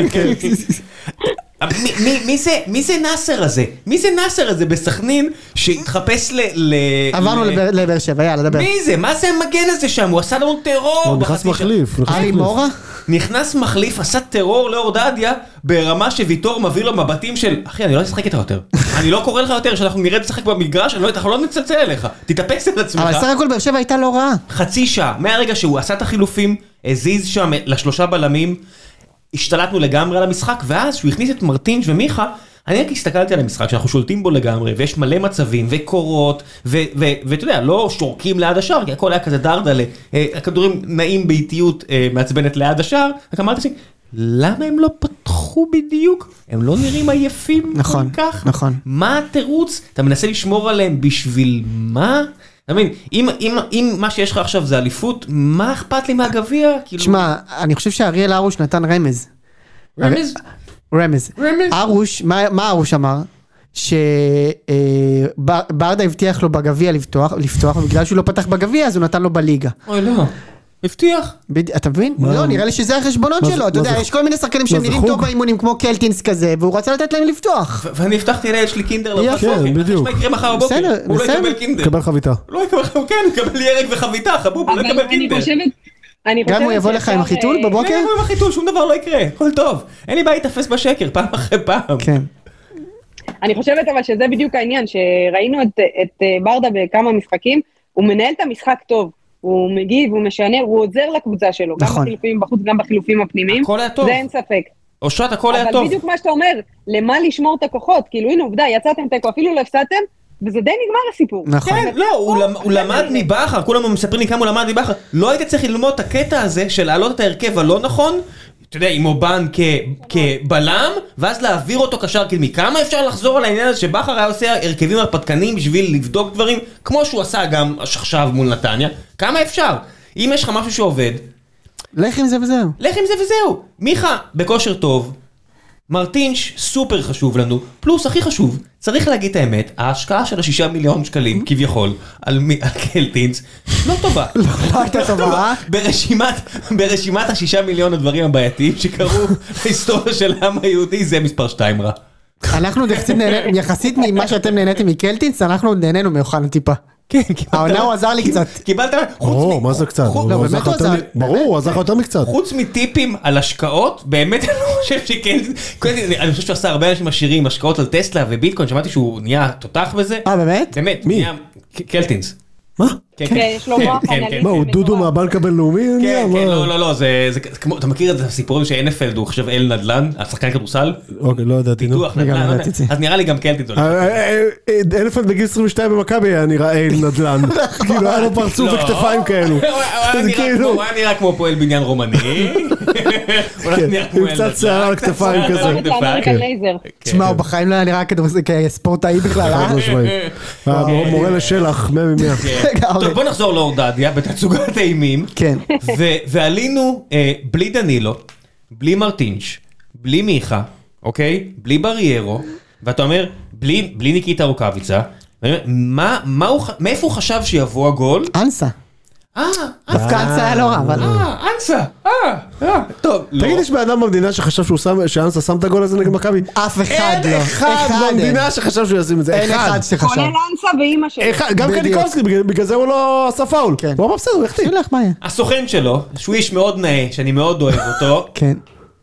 מי זה נאסר הזה? מי זה נאסר הזה בסכנין שהתחפש ל... עברנו לבאר שבע, יאללה, דבר. מי זה? מה זה המגן הזה שם? הוא עשה לנו טרור. הוא נכנס מחליף. אלי מורה? נכנס מחליף, עשה טרור לאור דדיה, ברמה שוויתור מביא לו מבטים של, אחי, אני לא אשחק איתך יותר. אני לא קורא לך יותר, שאנחנו נראה לשחק במגרש, אנחנו לא נצלצל אליך. תתאפס את עצמך. אבל סך הכל באר שבע הייתה לא רעה. חצי שעה, מהרגע שהוא עשה את החילופים, הזיז שם לשלושה בלמים, השתלטנו לגמרי על המשחק, ואז שהוא הכניס את מרטינש ומיכה, אני רק הסתכלתי על המשחק, שאנחנו שולטים בו לגמרי, ויש מלא מצבים, וקורות, ואתה יודע, לא שורקים ליד השאר, כי הכל היה כזה דרדלה, הכדורים נעים באיטיות מעצבנת ליד השאר, רק אמרתי לי, למה הם לא פתחו בדיוק? הם לא נראים עייפים כל כך? נכון. מה התירוץ? אתה מנסה לשמור עליהם בשביל מה? אתה מבין, אם מה שיש לך עכשיו זה אליפות, מה אכפת לי מהגביע? תשמע, אני חושב שאריאל ארוש נתן רמז. רמז? רמז. ארוש, מה ארוש אמר? שברדה הבטיח לו בגביע לפתוח, ובגלל שהוא לא פתח בגביע, אז הוא נתן לו בליגה. אוי לא. הבטיח. אתה מבין? לא, נראה לי שזה החשבונות שלו, אתה יודע, יש כל מיני שחקנים שהם נראים טוב באימונים, כמו קלטינס כזה, והוא רצה לתת להם לפתוח. ואני הבטחתי לילד שלי קינדר לבוא. כן, בדיוק. מה יקרה מחר בבוקר? הוא לא יקבל קינדר. קבל חביתה. לא יקבל, כן, יקבל ירק וחביתה, חבוב, הוא לא יקבל קינדר. גם הוא יבוא לך עם החיתול בבוקר? כן, עם החיתול, שום דבר לא יקרה, הכל טוב. אין לי בעיה להתאפס בשקר, פעם אחרי פעם. כן. אני חושבת אבל שזה בדיוק העניין, שראינו את ברדה בכמה משחקים, הוא מנהל את המשחק טוב. הוא מגיב, הוא משנה, הוא עוזר לקבוצה שלו, גם בחילופים בחוץ, גם בחילופים הפנימיים. הכל היה טוב. זה אין ספק. אושרת, הכל היה טוב. אבל בדיוק מה שאתה אומר, למה לשמור את הכוחות? כאילו, הנה, עובדה, יצאתם תיקו, אפילו לא הפסדתם, וזה די נגמר הסיפור. נכון. כן, לא, הוא למד מבחר, כולם מספרים לי כמה הוא למד מבחר. לא היית צריך ללמוד את הקטע הזה של להעלות את ההרכב הלא נכון, אתה יודע, עם אובן כבלם, ואז להעביר אותו קשר קדמי. כמה אפשר לחזור על העניין הזה שבחר היה עושה הרכבים הרפתקנים בשביל לבדוק דברים, כמו שהוא עשה גם עכשיו מול נתניה? כמה אפשר? אם יש לך משהו שעובד, לך עם זה וזהו. לך עם זה וזהו. מיכה בכושר טוב, מרטינש סופר חשוב לנו, פלוס הכי חשוב, צריך להגיד את האמת, ההשקעה של השישה מיליון שקלים כביכול על קלטינס לא טובה. לא הייתה טובה. ברשימת השישה מיליון הדברים הבעייתיים שקרו בהיסטוריה של העם היהודי, זה מספר שתיים רע. אנחנו יחסית ממה שאתם נהניתם מקלטינס, אנחנו נהנינו מאוחנה טיפה. כן, העונה הוא עזר לי קצת. קיבלת... ברור, מה זה קצת? ברור, הוא עזר לך יותר מקצת. חוץ מטיפים על השקעות, באמת אני לא חושב שקלטינס... אני חושב שהוא עשה הרבה אנשים עשירים, השקעות על טסלה וביטקוין, שמעתי שהוא נהיה תותח בזה. אה, באמת? באמת, מי? קלטינס. מה? כן, יש לו מוח אנליטי. מה, הוא דודו מהבנק הבינלאומי? כן, כן, לא, לא, לא, זה כמו, אתה מכיר את הסיפורים שאין אף אל, הוא חושב אל נדל"ן, השחקן כדורסל? אוקיי, לא ידעתי. פיתוח נדל"ן, אז נראה לי גם קלטינס. אל אף אל בגיל עשרים ושתיים במכבי היה נראה אל נדל"ן. כאילו, היה לו פרצוף וכתפיים כאלו. הוא היה נראה כמו פועל בניין רומני. עם קצת שיער על כתפיים כזה. תשמע, הוא בחיים לא היה נראה כספורטאי בכלל, אה? מורה לשלח, מאה ממאה. טוב, בוא נחזור לאורדדיה בתצוגת האימים. כן. ועלינו בלי דנילו, בלי מרטינש, בלי מיכה, אוקיי? בלי בריירו, ואתה אומר, בלי ניקיטה רוקאביצה, מאיפה הוא חשב שיבוא הגול? אנסה. אה, דווקא אנסה היה לא רע, אבל... אה, אנסה, אה, טוב. תגיד, יש באדם במדינה שחשב שאנסה שם את הגול הזה נגד מכבי? אף אחד לא. אין אחד במדינה שחשב שהוא ישים את זה. אין אחד שחשב. כולל אנסה ואימא שלו. גם קניקובסקי, בגלל זה הוא לא עשה פאול. הוא אמר בסדר, הוא יחתים. הסוכן שלו, שהוא איש מאוד נאה, שאני מאוד אוהב אותו. כן.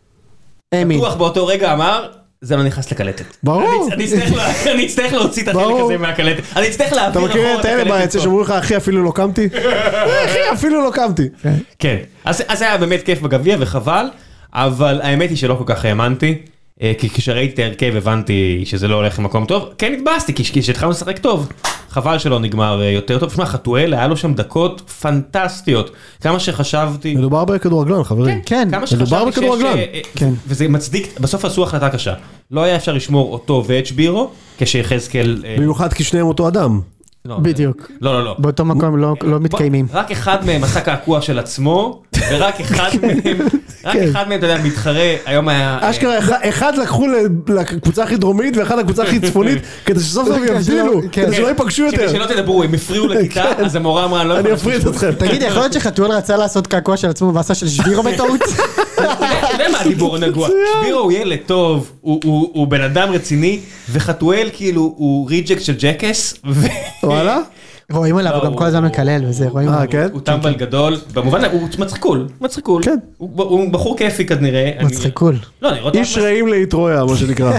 בטוח באותו רגע אמר, זה לא נכנס לקלטת. ברור. אני אצטרך להוציא את החלק הזה מהקלטת. אני אצטרך להעביר אתה מכיר את האלה ביציע שאומרים לך, אחי אפילו לא קמתי? אחי אפילו לא קמתי. כן. אז זה היה באמת כיף בגביע וחבל, אבל האמת היא שלא כל כך האמנתי, כי כשראיתי את ההרכב הבנתי שזה לא הולך למקום טוב. כן התבאסתי, כי כשהתחלנו לשחק טוב, חבל שלא נגמר יותר טוב. שמע, חתואל היה לו שם דקות פנטסטיות. כמה שחשבתי... מדובר בכדורגלן, חברים. כן, מדובר בכדורגלן. וזה מצדיק, בסוף עשו החלטה קשה. לא היה אפשר לשמור אותו ואת שבירו, כשיחזקאל... במיוחד כי שניהם אותו אדם. בדיוק. לא, לא, לא. באותו מקום לא מתקיימים. רק אחד מהם עשה קעקוע של עצמו, ורק אחד מהם, רק אחד מהם, אתה יודע, מתחרה, היום היה... אשכרה, אחד לקחו לקבוצה הכי דרומית, ואחד לקבוצה הכי צפונית, כדי שסוף סוף יבדילו, כדי שלא ייפגשו יותר. כדי שלא תדברו, הם הפריעו לכיתה, אז המורה אמרה, לא... אני אפריד אתכם. תגיד, יכול להיות שחתואל רצה לעשות קעקוע של עצמו, ועשה של שבירו בטעות? אתה יודע מה הדיבור הנגוע? שבירו הוא ילד טוב, הוא בן אדם רציני, וחתואל כאילו הוא ריג'קט של ג'קס, וואלה? רואים עליו, הוא גם כל הזמן מקלל וזה, רואים עליו. הוא טמבל גדול, במובן, הוא מצחיקול, מצחיקול. הוא בחור כיפי כנראה. מצחיקול. איש רעים להתרועע, מה שנקרא.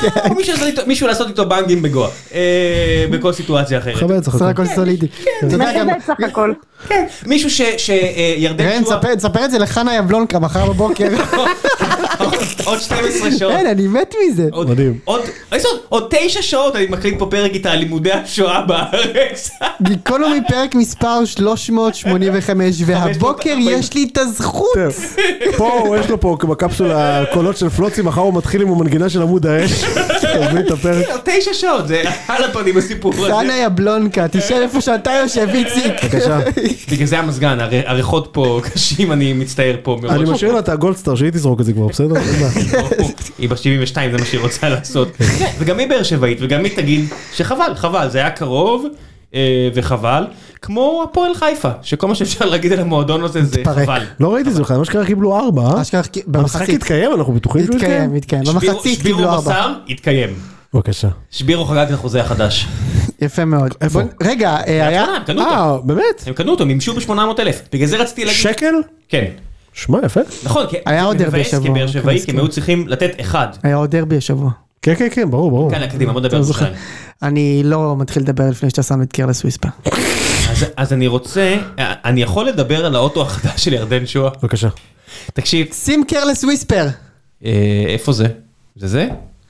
מישהו לעשות איתו בנגים בגואה, בכל סיטואציה אחרת. חבד סך הכל. סך הכל סולידי. מכבד סך הכל. כן, מישהו שירדן שועה... רן, תספר את זה לחנה יבלונקה מחר בבוקר. עוד שתים עשרה שעות. אין, אני מת מזה. מדהים. עוד תשע שעות אני מקליט פה פרק איתה על לימודי השואה בארץ. גיקונומי פרק מספר שלוש מאות שמונים וחמש, והבוקר יש לי את הזכות. פה, יש לו פה בקפסולה קולות של פלוצי, מחר הוא מתחיל עם המנגינה של עמוד האש. תביא את הפרק. תשע שעות, זה על הפנים הסיפור הזה. חנה יבלונקה, תשאל איפה שאתה יושב, איציק. בבקשה. בגלל זה המזגן, הריחות פה קשים, אני מצטער פה. אני משאיר לה את הגולדסטאר, שהיא תזרוק את זה כבר, בסדר? היא ב-שבעים ושתיים, זה מה שהיא רוצה לעשות. וגם היא באר שבעית, וגם היא תגיד שחבל, חבל, זה היה קרוב וחבל, כמו הפועל חיפה, שכל מה שאפשר להגיד על המועדון הזה זה חבל. לא ראיתי את זה, מה שקרה קיבלו ארבע, אה? המשחק התקיים, אנחנו בטוחים שהוא התקיים. התקיים, התקיים. במחצית קיבלו ארבע. שבירו מסר, התקיים. בבקשה. שבירו חגג את החוזה החדש. יפה מאוד. איפה? רגע, היה... הם קנו אותו. אה, באמת? הם קנו אותו, מימשו ב-שמונה מאות אלף. בגלל זה רציתי להגיד... שקל? כן. שמע, יפה. נכון, היה עוד דרבי השבוע. כבאר שבעי, כי הם היו צריכים לתת אחד. היה עוד דרבי השבוע. כן, כן, כן, ברור, ברור. כאן, קדימה, בוא נדבר על שלהם. אני לא מתחיל לדבר לפני שאתה שם את קרלס וויספר. אז אני רוצה, אני יכול לדבר על האוטו החדש של ירדן שועה? בבקשה. תקשיב. שים קרלס וויספר. איפה זה? זה זה?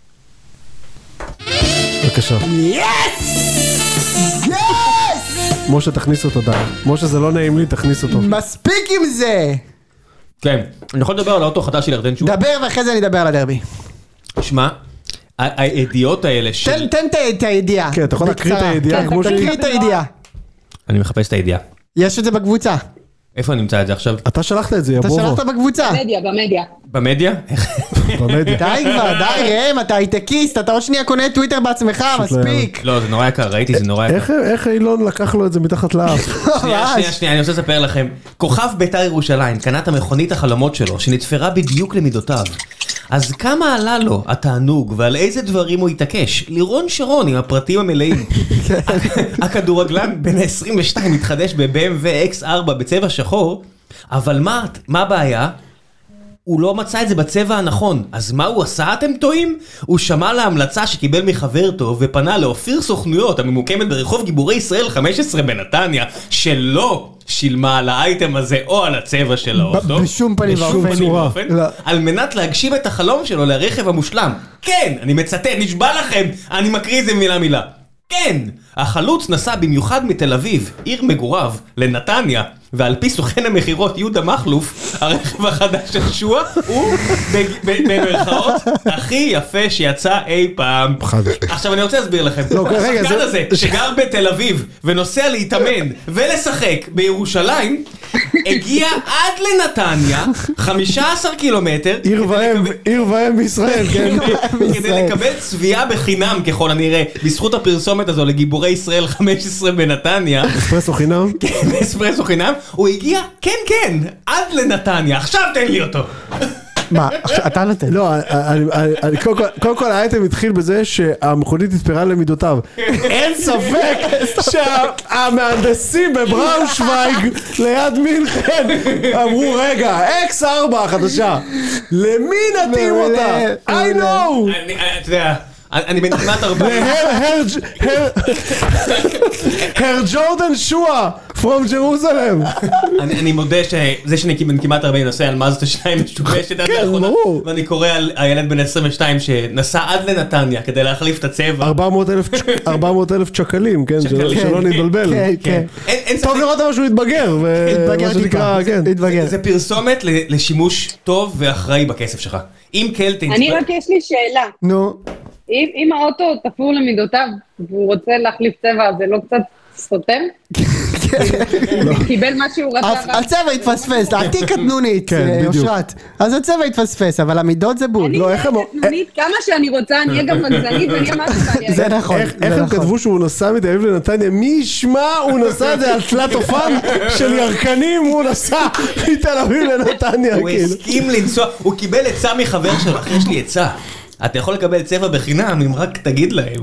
בבקשה. יס! יס! משה תכניס אותו די. משה זה לא נעים לי, תכניס אותו. מספיק עם זה! כן, אני יכול לדבר על האוטו החדש של ירדן שועה? דבר ואחרי זה אני אדבר על הדרבי. שמע, הידיעות האלה של... תן את הידיעה. כן, אתה יכול להקריא את הידיעה כמו שהיא. תקריא את הידיעה. אני מחפש את הידיעה. יש את זה בקבוצה. איפה אני נמצא את זה עכשיו? אתה שלחת את זה, יא אתה בובו. שלחת בקבוצה. במדיה, במדיה. במדיה? במדיה. די כבר, די ראם, אתה הייטקיסט, אתה עוד שנייה קונה טוויטר בעצמך, מספיק. לא, זה נורא יקר, ראיתי, זה נורא יקר. איך אילון לקח לו את זה מתחת לאף? שנייה, שנייה, שנייה, אני רוצה לספר לכם. כוכב בית"ר ירושלים קנה את המכונית החלומות שלו, שנתפרה בדיוק למידותיו. אז כמה עלה לו התענוג, ועל איזה דברים הוא התעקש? לירון שרון עם הפרטים המלאים. הכדורגלן בן ה-עשרים ושתיים מתחדש ב-בי אם דאבליו אקס ארבע בצבע שחור, אבל מה, מה הבעיה? הוא לא מצא את זה בצבע הנכון. אז מה הוא עשה, אתם טועים? הוא שמע להמלצה שקיבל מחבר טוב ופנה לאופיר סוכנויות הממוקמת ברחוב גיבורי ישראל חמש עשרה בנתניה, שלא שילמה על האייטם הזה או על הצבע של האוטו. בשום פנים ואופן. על מנת להגשים את החלום שלו לרכב המושלם. כן, אני מצטט, נשבע לכם, אני מקריא את זה מילה מילה. כן, החלוץ נסע במיוחד מתל אביב, עיר מגוריו, לנתניה, ועל פי סוכן המחירות יהודה מחלוף, הרכב החדש של שועה הוא במרכאות הכי יפה שיצא אי פעם. עכשיו אני רוצה להסביר לכם, השחקן הזה שגר בתל אביב ונוסע להתאמן ולשחק בירושלים, הגיע עד לנתניה, חמישה עשר קילומטר, עיר ואם בישראל, כן. כדי לקבל צביעה בחינם ככל הנראה, בזכות הפרסומת הזו לגיבורי ישראל חמש עשרה בנתניה. אספרסו חינם? כן, אספרסו חינם. הוא הגיע, כן, כן, עד לנתניה. עכשיו תן לי אותו. מה, אתה נותן? לא, קודם כל האייטם התחיל בזה שהמכונית התפרה למידותיו. אין ספק שהמהנדסים בבראונשוויג ליד מינכן אמרו, רגע, אקס ארבע החדשה, למי נתאים אותה? I know! אתה יודע... אני בנתימת ארבעים. הר ג'ורדן שועה, from Jerusalem. אני מודה שזה שאני כמעט ארבעים נוסע על מאזדה שתיים משובשת עד כן, לאחרונה, ברור. ואני קורא על הילד בן עשרים ושתיים שנסע עד לנתניה כדי להחליף את הצבע. ארבע מאות אלף צ'קלים, כן, שלא נתבלבל. כן, כן. טוב לראות אבל שהוא יתבגר. התבגר טיפה, התבגר. זה פרסומת לשימוש טוב ואחראי בכסף שלך. אם קלטינס... אני רק יש לי שאלה. נו. אם האוטו תפור למידותיו והוא רוצה להחליף צבע, זה לא קצת סותם? הוא קיבל מה שהוא רצה. הצבע התפספס, העתיק קטנונית, אושרת. אז הצבע התפספס, אבל המידות זה בול. אני אהיה קטנונית כמה שאני רוצה, אני אהיה גם מגזנית ואני אמרתי בעיה. זה נכון. איך הם כתבו שהוא נסע מתל אביב לנתניה? מי ישמע הוא נסע את זה על תלת אופן של ירקנים, הוא נסע מתל אביב לנתניה. הוא הסכים לנסוע, הוא קיבל עצה מחבר שלו, אחרי יש לי עצה. אתה יכול לקבל צבע בחינם אם רק תגיד להם.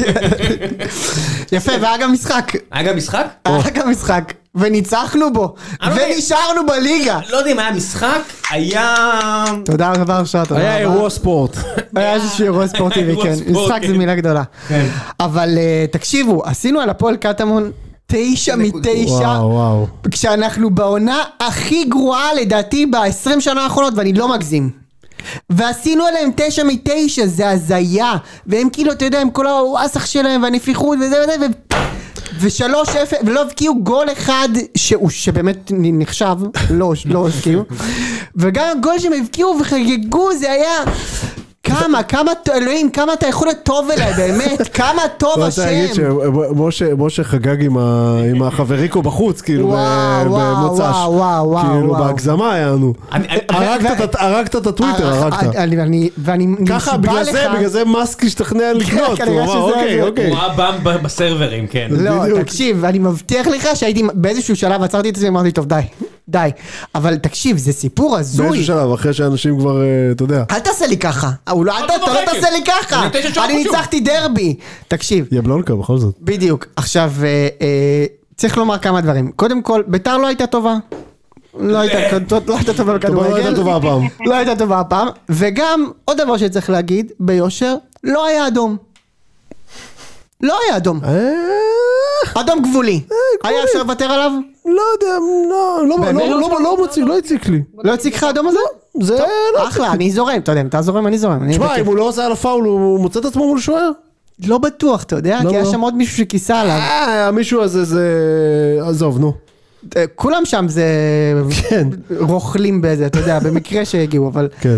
יפה, והיה גם משחק. היה גם משחק? היה גם משחק, וניצחנו בו, ונשארנו בליגה. לא יודע אם היה משחק, היה... תודה רבה אושרת, תודה רבה. היה אירוע ספורט. היה איזשהו אירוע ספורטיבי, כן. משחק זה מילה גדולה. אבל תקשיבו, עשינו על הפועל קטמון תשע מתשע, וואו, וואו. כשאנחנו בעונה הכי גרועה לדעתי ב-עשרים שנה האחרונות, ואני לא מגזים. ועשינו עליהם תשע מתשע, זה הזיה, והם כאילו, אתה יודע, עם כל האסח שלהם והנפיחות וזה וזה, ו... ושלוש אפס, ולא הבקיעו גול אחד שהוא שבאמת נחשב, לא, לא הבקיעו, וגם גול שהם הבקיעו וחגגו, זה היה... כמה, כמה, אלוהים, כמה אתה יכול להיות טוב אליי, באמת, כמה טוב השם. אני רוצה להגיד שמשה חגג עם החבריקו בחוץ, כאילו, במוצ"ש. כאילו, בהגזמה היה לנו. הרגת את הטוויטר, הרגת. ואני נשבע לך. ככה, בגלל זה מאסק השתכנע לקנות. הוא ראה באם בסרברים, כן. לא, תקשיב, אני מבטיח לך שהייתי באיזשהו שלב, עצרתי את זה ואמרתי, טוב, די. די, אבל תקשיב, זה סיפור הזוי. באיזשהו שלב, אחרי שאנשים כבר, אתה יודע. אל תעשה לי ככה, אתה לא תעשה לי ככה, אני ניצחתי דרבי. תקשיב. יבלונקה, בכל זאת. בדיוק, עכשיו, צריך לומר כמה דברים. קודם כל, ביתר לא הייתה טובה. לא הייתה טובה בכדורגל. לא הייתה טובה הפעם. לא הייתה טובה הפעם, וגם, עוד דבר שצריך להגיד, ביושר, לא היה אדום. לא היה אדום. אדום גבולי. היה אפשר לוותר עליו? לא יודע, לא מוציא, לא הציק לי. לא הציק לך אדום הזה? זה לא אחלה, אני זורם, אתה יודע, אתה זורם, אני זורם. תשמע, אם הוא לא עושה על הפאול, הוא מוצא את עצמו מול שוער? לא בטוח, אתה יודע, כי היה שם עוד מישהו שכיסה עליו. אה, המישהו הזה זה... עזוב, נו. כולם שם זה... רוכלים בזה, אתה יודע, במקרה שהגיעו, אבל... כן.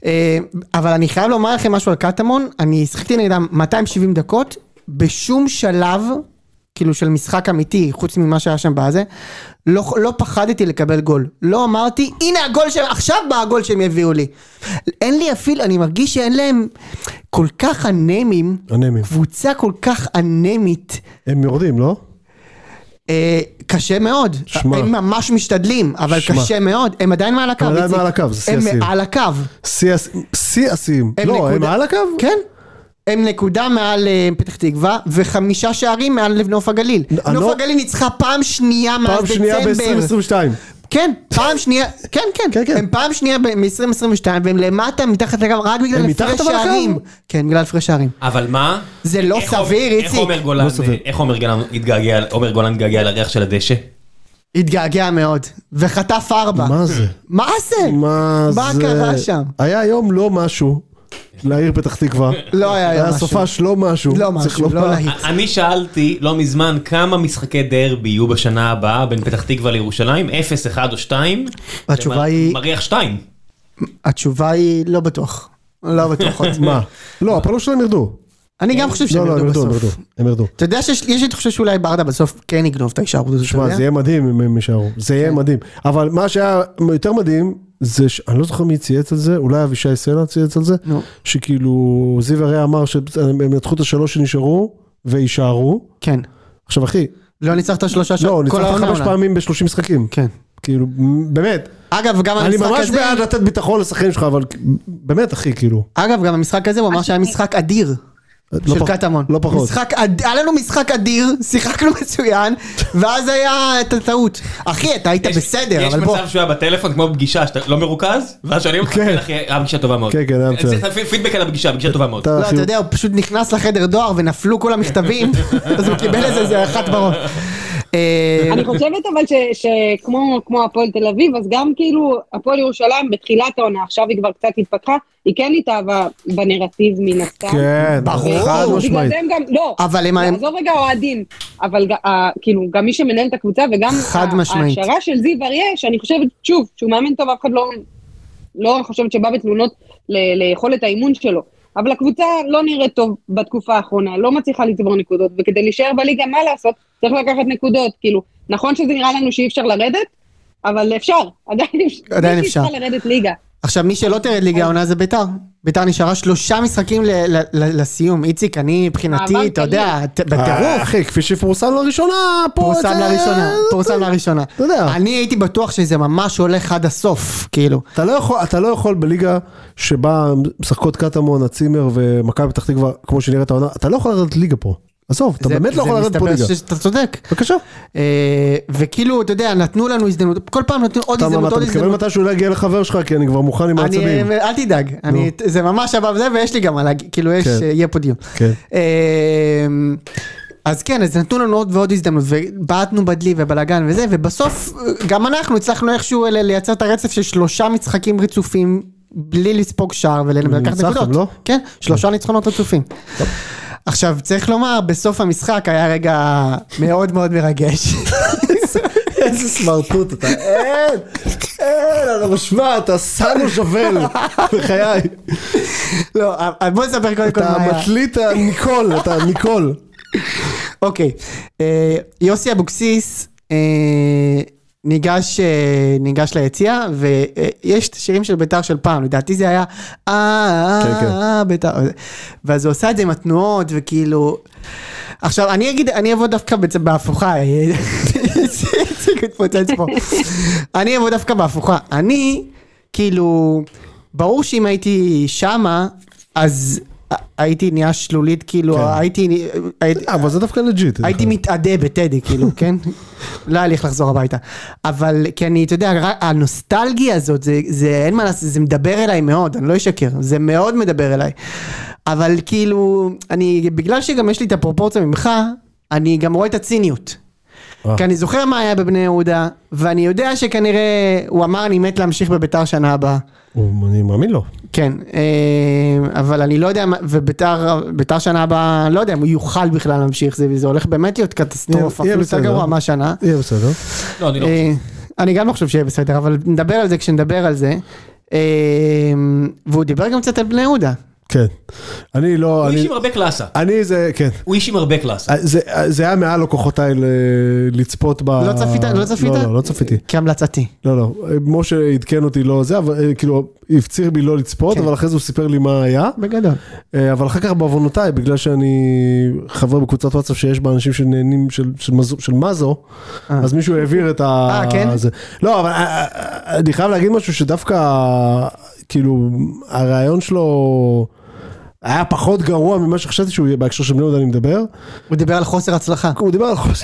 אבל אני חייב לומר לכם משהו על קטמון, אני שחקתי נגדם מאתיים ושבעים דקות, בשום שלב, כאילו של משחק אמיתי, חוץ ממה שהיה שם בזה, לא, לא פחדתי לקבל גול. לא אמרתי, הנה הגול שהם, עכשיו בא הגול שהם יביאו לי. אין לי אפילו, אני מרגיש שאין להם כל כך אנמים, אנמים. קבוצה כל כך אנמית. הם יורדים, לא? אה, קשה מאוד. שמה. הם ממש משתדלים, אבל שמה. קשה מאוד. הם עדיין מעל הקו. הם עדיין מעל הקו, זה הם סי מעל הקו. סי עשים. לא, נקודה... הם מעל הקו? כן. הם נקודה מעל פתח תקווה, וחמישה שערים מעל נוף הגליל. נוף הגליל ניצחה פעם שנייה מאז דצמבר. פעם שנייה ב-עשרים עשרים ושתיים. כן, פעם שנייה, כן, כן, הם פעם שנייה ב-עשרים עשרים ושתיים, והם למטה, מתחת לקו, רק בגלל הפרש שערים. כן, בגלל הפרש שערים. אבל מה? זה לא סביר, איציק. איך עומר גולן התגעגע לריח של הדשא? התגעגע מאוד, וחטף ארבע. מה זה? מה זה? מה קרה שם? היה היום לא משהו. לעיר פתח תקווה. לא היה היה סופש לא משהו. לא משהו, לא להיט. אני שאלתי לא מזמן כמה משחקי דרבי יהיו בשנה הבאה בין פתח תקווה לירושלים, אפס, אחד או שתיים. התשובה היא... מריח שתיים. התשובה היא לא בטוח. לא בטוח. מה? לא, הפעלו שלהם ירדו. אני גם חושב שהם ירדו בסוף. הם ירדו. אתה יודע שיש לי חושב שאולי ברדה בסוף כן יגנוב את ההישארות הזאת. שמע, זה יהיה מדהים אם הם יישארו. זה יהיה מדהים. אבל מה שהיה יותר מדהים, זה ש... אני לא זוכר מי צייץ על זה, אולי אבישי סלע צייץ על זה, שכאילו זיו הרי אמר שהם נתחו את השלוש שנשארו, וישארו. כן. עכשיו אחי. לא ניצחת שלושה שלוש. לא, ניצחת חמש פעמים בשלושים משחקים. כן. כאילו, באמת. אגב, גם המשחק הזה... אני ממש בעד לתת ביטחון לשחקנים שלך, אבל באמת אחי, כאילו. אגב, גם המשחק הזה הוא אמר שהיה משחק אדיר. של קטמון. לא פחות. היה לנו משחק אדיר, שיחקנו מצוין, ואז היה את הטעות. אחי, אתה היית בסדר, אבל בוא. יש מצב שהוא היה בטלפון כמו בפגישה, שאתה לא מרוכז, ואז שואלים אותך, אחי, היה פגישה טובה מאוד. כן, כן, היה מצב. פידבק על הפגישה, פגישה טובה מאוד. לא, אתה יודע, הוא פשוט נכנס לחדר דואר, ונפלו כל המכתבים, אז הוא קיבל איזה, זה אחת בראש. אני חושבת אבל שכמו הפועל תל אביב, אז גם כאילו הפועל ירושלים בתחילת העונה, עכשיו היא כבר קצת התפתחה, היא כן התאהבה בנרטיב מן הסתם. כן, חד משמעית. לא, עזוב רגע אוהדים, אבל כאילו גם מי שמנהל את הקבוצה וגם ההשערה של זיו אריה, שאני חושבת, שוב, שהוא מאמן טוב, אף אחד לא חושבת שבא בתלונות ליכולת האימון שלו, אבל הקבוצה לא נראית טוב בתקופה האחרונה, לא מצליחה לצבור נקודות, וכדי להישאר בליגה מה לעשות? צריך לקחת נקודות, כאילו, נכון שזה נראה לנו שאי אפשר לרדת, אבל אפשר, עדיין אפשר לרדת ליגה. עכשיו, מי שלא תרד ליגה העונה זה ביתר. ביתר נשארה שלושה משחקים לסיום. איציק, אני מבחינתי, אתה יודע, בטירוף. אחי, כפי שפורסם לראשונה, פורסם לראשונה, פורסם לראשונה. אני הייתי בטוח שזה ממש הולך עד הסוף, כאילו. אתה לא יכול בליגה שבה משחקות קטמון, הצימר ומכבי פתח תקווה, כמו שנראית העונה, אתה לא יכול לרדת ליגה פה. עזוב, אתה באמת לא יכול לרדת פה ליגה. אתה צודק. בבקשה. וכאילו, אתה יודע, נתנו לנו הזדמנות, כל פעם נתנו עוד הזדמנות, עוד הזדמנות. אתה מתכוון מתי שהוא לא יגיע לחבר שלך, כי אני כבר מוכן עם העצבים. אל תדאג, זה ממש הבא וזה, ויש לי גם מה להגיד, כאילו, יהיה פה דיון. אז כן, אז נתנו לנו עוד ועוד הזדמנות, ובעטנו בדלי ובלגן וזה, ובסוף גם אנחנו הצלחנו איכשהו לייצר את הרצף של שלושה משחקים רצופים, בלי לספוג שער ולקחת נקודות. לא? כן, שלושה ניצחונות רצופים. עכשיו, צריך לומר, בסוף המשחק היה רגע מאוד מאוד מרגש. איזה סמרטוט אתה, אין, אין, אתה משמע, אתה סנו שובל, בחיי. לא, בוא נספר קודם כל מה היה. אתה מתליט ניקול, אתה ניקול. אוקיי, יוסי אבוקסיס ניגש, ניגש ליציאה, ויש את השירים של בית"ר של פעם, לדעתי זה היה, אה, אה, בית"ר, ואז הוא עושה את זה עם התנועות, וכאילו, עכשיו, אני אגיד, אני אבוא דווקא בהפוכה, אני אבוא דווקא בהפוכה, אני, כאילו, ברור שאם הייתי שמה, אז הייתי נהיה שלולית, כאילו, הייתי... אבל זה דווקא לג'יט. הייתי מתעדה בטדי, כאילו, כן? לא היה לי איך לחזור הביתה. אבל, כי אני, אתה יודע, הנוסטלגיה הזאת, זה אין מה לעשות, זה מדבר אליי מאוד, אני לא אשקר, זה מאוד מדבר אליי. אבל כאילו, אני, בגלל שגם יש לי את הפרופורציה ממך, אני גם רואה את הציניות. כי אני זוכר מה היה בבני יהודה, ואני יודע שכנראה, הוא אמר, אני מת להמשיך בביתר שנה הבאה. אני מאמין לו. כן, אבל אני לא יודע, וביתר שנה הבאה, לא יודע אם הוא יוכל בכלל להמשיך, זה הולך באמת להיות קטסטרופה, אפילו יותר גרוע מהשנה. יהיה בסדר. לא, אני לא חושב. אני גם לא חושב שיהיה בסדר, אבל נדבר על זה כשנדבר על זה. והוא דיבר גם קצת על בני יהודה. כן. אני לא... הוא איש עם הרבה קלאסה. אני זה, כן. הוא איש עם הרבה קלאסה. זה היה מעל לקוחותיי לצפות ב... לא צפית? לא צפית? לא, לא צפיתי. כהמלצתי. לא, לא. משה עדכן אותי לא זה, אבל כאילו, הפציר בי לא לצפות, אבל אחרי זה הוא סיפר לי מה היה. בגדול. אבל אחר כך בעוונותיי, בגלל שאני חבר בקבוצת וואטסאפ שיש בה אנשים שנהנים של מזו, אז מישהו העביר את ה... אה, כן? לא, אבל אני חייב להגיד משהו שדווקא, כאילו, הרעיון שלו... היה פחות גרוע ממה שחשבתי שהוא יהיה בהקשר של בני יהודה אני מדבר. הוא דיבר על חוסר הצלחה. הוא דיבר על חוסר...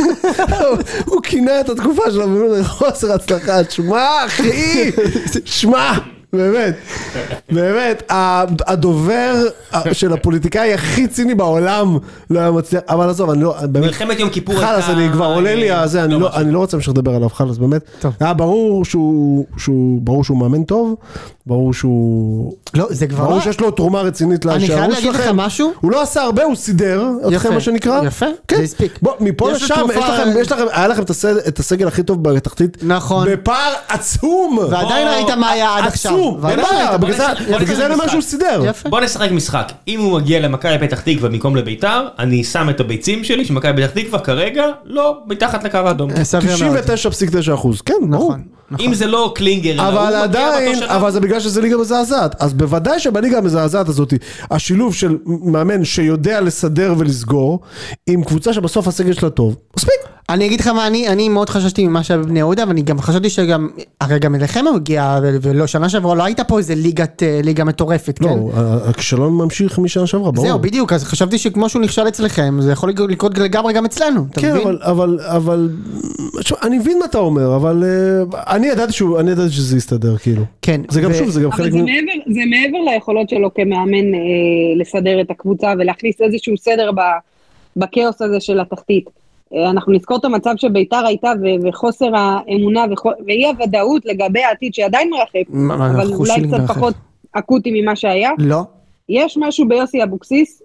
הוא כינה את התקופה שלו בני יהודה חוסר הצלחה. שמע אחי, שמע. באמת, באמת, הדובר של הפוליטיקאי הכי ציני בעולם לא היה מצליח, אבל עזוב, אני לא, באמת, מלחמת יום כיפור חלס, אני כבר עולה לי, אני לא רוצה להמשיך לדבר עליו, חלס, באמת, היה ברור שהוא, ברור שהוא מאמן טוב, ברור שהוא, לא, זה כבר ברור שיש לו תרומה רצינית להישארות שלכם, אני חייב להגיד לך משהו, הוא לא עשה הרבה, הוא סידר, אתכם מה שנקרא, יפה, זה הספיק, בוא, מפה לשם, יש לכם, היה לכם את הסגל הכי טוב בתחתית, נכון, בפער עצום, ועדיין ראית מה היה עד עכשיו, בגלל זה אני אומר שהוא סידר. בוא נשחק משחק. אם הוא מגיע למכבי פתח תקווה במקום לביתר, אני שם את הביצים שלי שמכבי פתח תקווה כרגע לא מתחת לקו האדום. תשעים ותשע נקודה תשע אחוז. כן, ברור. אם זה לא קלינגר, אבל עדיין, אבל זה בגלל שזה ליגה מזעזעת. אז בוודאי שבליגה המזעזעת הזאת, השילוב של מאמן שיודע לסדר ולסגור, עם קבוצה שבסוף הסגל שלה טוב, מספיק. אני אגיד לך מה, אני, אני מאוד חששתי ממה שהיה בבני יהודה, ואני גם חשבתי שגם, הרי גם אליכם הוא הגיע, ולא, שנה שעברה לא הייתה פה איזה ליגת, ליגה מטורפת, לא, כן? לא, הכישלון ממשיך משנה שעברה, ברור. זהו, בדיוק, אז חשבתי שכמו שהוא נכשל אצלכם, זה יכול לקרות לגמרי גם אצלנו, אתה כן, מבין? אבל, אבל, אבל, אני מבין מה אתה אומר, אבל אני ידעתי שהוא, אני ידעתי שזה יסתדר, כאילו. כן. זה גם שוב, זה גם חלק... אבל זה מעבר ליכולות שלו כמאמן לסדר את הקבוצה, ולהכניס איזשהו סדר בקאוס הזה של התחתית. אנחנו נזכור את המצב שביתר הייתה וחוסר האמונה ואי הוודאות לגבי העתיד שעדיין מרחף, אבל אולי קצת פחות אקוטי ממה שהיה. לא. יש משהו ביוסי אבוקסיס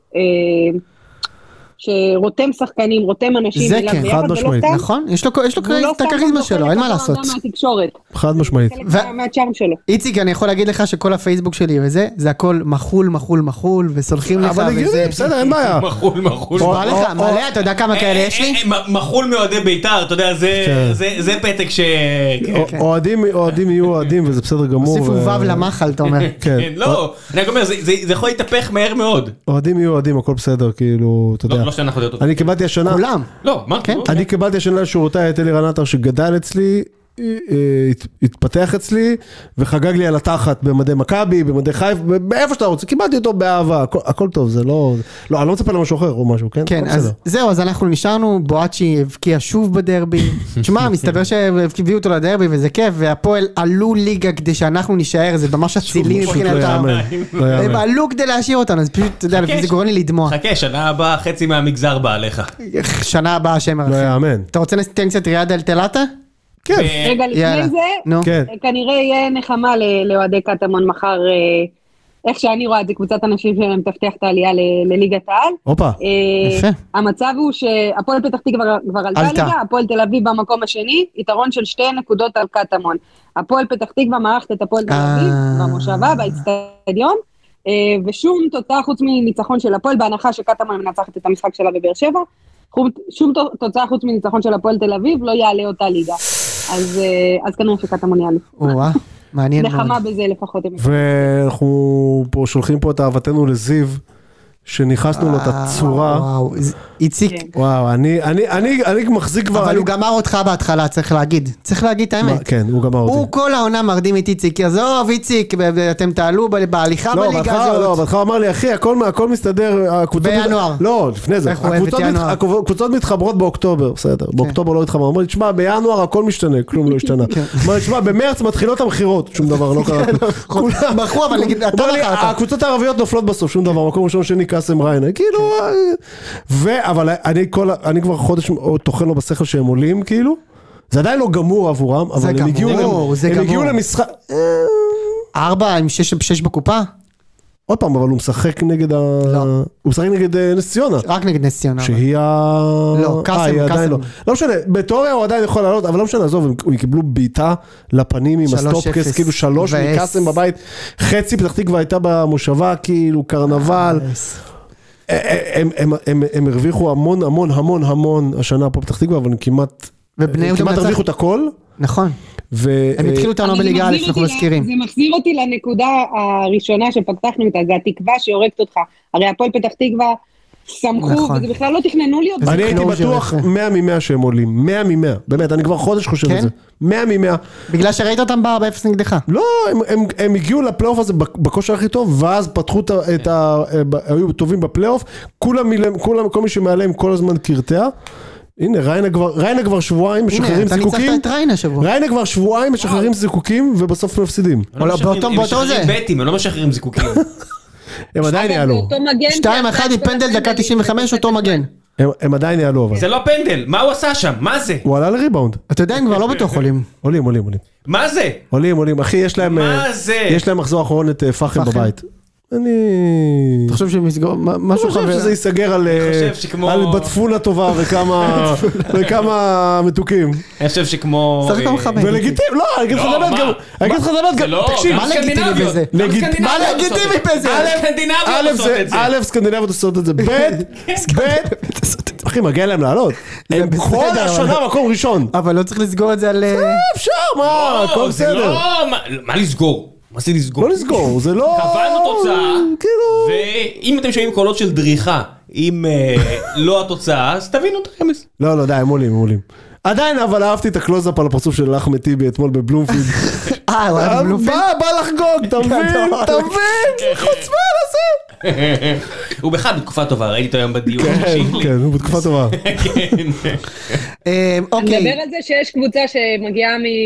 שרותם שחקנים, רותם אנשים, זה כן, חד משמעית. נכון, יש לו את הקריזמה שלו, אין מה לעשות. חד משמעית. חלק מהצ'ארם שלו. איציק, אני יכול להגיד לך שכל הפייסבוק שלי וזה, זה הכל מחול, מחול, מחול, וסולחים לך אבל הגיוני, בסדר, אין בעיה. מחול, מחול. בוא לך, מלא, אתה יודע כמה כאלה יש לי? מחול מאוהדי ביתר, אתה יודע, זה פתק ש... אוהדים יהיו אוהדים, וזה בסדר גמור. הוסיפו וו למחל, אתה אומר. לא, אני אומר, זה יכול להתהפך מהר מאוד. אוהדים יהיו אוהדים, הכל בסדר, כאילו, אתה יודע. לא שאנחנו יודעות. אני קיבלתי השנה... כולם. לא, מה? אני קיבלתי השנה לשורותיי את אלי רנטר שגדל אצלי, התפתח אצלי, וחגג לי על התחת במדי מכבי, במדי חיפה, באיפה שאתה רוצה, קיבלתי אותו באהבה, הכל טוב, זה לא, לא, אני לא מצפה למשהו אחר או משהו, כן? כן, אז זהו, אז אנחנו נשארנו, בואצ'י הבקיע שוב בדרבי, תשמע, מסתבר שהביאו אותו לדרבי וזה כיף, והפועל עלו ליגה כדי שאנחנו נשאר, זה ממש אצילי מבחינתם, הם עלו כדי להשאיר אותנו, אז פשוט, אתה יודע, זה גורם לי לדמוע. חכה, שנה הבאה חצי מהמגזר בא עליך. שנה הבאה השם לא יאמן. אתה רוצה לתן קצת ריאד אל תלתה? כן. רגע, לפני זה, כנראה יהיה נחמה לאוהדי קטמון מחר, איך שאני רואה את זה, קבוצת אנשים שמתפתח את העלייה לליגת העל. הופה. יפה. המצב הוא שהפועל פתח תקווה כבר עלתה ליגה, הפועל תל אביב במקום השני, יתרון של שתי נקודות על קטמון. הפועל פתח תקווה מערכת את הפועל תל אביב במושבה, באצטדיון, ושום תוצאה חוץ מניצחון של הפועל, בהנחה שקטמון מנצחת את המשחק שלה בבאר שבע, שום תוצאה חוץ מניצחון של הפועל תל אביב לא יעלה אותה ליגה. אז, אז כנראה שקטמון יעלה. וואה, מעניין מאוד. נחמה בזה לפחות. ואנחנו פה שולחים פה את אהבתנו לזיו, שניחסנו לו את הצורה. וואו, איציק. וואו, אני, אני, אני, אני מחזיק כבר... אבל הוא גמר אותך בהתחלה, צריך להגיד. צריך להגיד את האמת. כן, הוא גמר אותי. הוא כל העונה מרדים את איציק, עזוב איציק, אתם תעלו בהליכה בליגה הזאת. לא, בהתחלה אמר לי, אחי, הכל מסתדר. בינואר. לא, לפני זה. הקבוצות מתחברות באוקטובר, בסדר. באוקטובר לא התחבר. אמר לי, תשמע, בינואר הכל משתנה, כלום לא השתנה. אמר לי, תשמע, במרץ מתחילות המחירות, שום דבר לא קרה. בחרו, אבל אתה בחרת. הקבוצות הערביות נופלות בסוף, שום דבר, מקום ראשון שני קאסם ריינה, כאילו, ו, אבל אני כל, אני כבר חודש תוכל לו בשכל שהם עולים, כאילו, זה עדיין לא גמור עבורם, אבל הם הגיעו, הם הגיעו למשחק, ארבע עם שש, שש בקופה? עוד פעם, אבל הוא משחק נגד ה... הוא משחק נגד נס ציונה. רק נגד נס ציונה. שהיא ה... לא, קאסם, קאסם. לא משנה, בתיאוריה הוא עדיין יכול לעלות, אבל לא משנה, עזוב, הם קיבלו בעיטה לפנים עם הסטופקס, כאילו שלוש מקאסם בבית, חצי פתח תקווה הייתה במושבה, כאילו קרנבל. הם הרוויחו המון, המון, המון, המון השנה פה פתח תקווה, אבל הם כמעט הרוויחו את הכל. נכון. הם התחילו אותנו בליגה א', אנחנו מזכירים. זה מחזיר אותי לנקודה הראשונה שפתחנו אותה, זה התקווה שהורגת אותך. הרי הפועל פתח תקווה סמכו, וזה בכלל לא תכננו לי אותה. אני הייתי בטוח מאה ממאה שהם עולים, מאה ממאה, באמת, אני כבר חודש חושב על זה. מאה ממאה. בגלל שראית אותם בארבע אפס נגדך. לא, הם הגיעו לפלייאוף הזה בכושר הכי טוב, ואז פתחו את ה... היו טובים בפלייאוף, כולם, כל מי שמעליהם כל הזמן קרטע. הנה, ריינה כבר, ריינה כבר שבועיים משחררים זיקוקים. הנה, אתה ניצחת את ריינה שבוע. ריינה כבר שבועיים משחררים זיקוקים, ובסוף מפסידים. הם משחררים בטים, הם לא משחררים זיקוקים. הם עדיין יעלו. שתיים אחד מפנדל דקה תשעים וחמש, אותו מגן. הם עדיין יעלו, אבל. זה לא פנדל, מה הוא עשה שם? מה זה? הוא עלה לריבאונד. אתה יודע, הם כבר לא בטוח עולים. עולים, עולים, עולים. מה זה? עולים, עולים. אחי, יש להם... מה זה? יש להם מחזור אחרון את פחם בבית. אני... אתה חושב שהם יסגור, משהו חבר... אני חושב שזה ייסגר על... על בטפונה טובה וכמה מתוקים. אני חושב שכמו... ולגיטימי, לא, אני אגיד לך דמת גם... אני אגיד לך דמת גם... תקשיב, מה לגיטימי בזה? מה לגיטימי בזה? א', סקנדינביות עושות את זה, ב', ב', אחי, מגיע להם לעלות. הם כל השנה מקום ראשון. אבל לא צריך לסגור את זה על... אפשר, מה? הכל בסדר. מה לסגור? מה זה לסגור? לא לסגור, זה לא... קבענו תוצאה, ואם אתם שומעים קולות של דריכה, אם לא התוצאה, אז תבינו את הרמז. לא, לא, די, הם עולים, הם עולים. עדיין, אבל אהבתי את הקלוזאפ על הפרצוף של אחמד טיבי אתמול בבלומפילד. אה, הוא היה בבלומפילד? בא, בא לחגוג, אתה מבין? אתה מבין? חוצפה לזה. הוא בכלל בתקופה טובה, ראיתי אותו היום בדיון. כן, כן, הוא בתקופה טובה. אני מדבר על זה שיש קבוצה שמגיעה מ...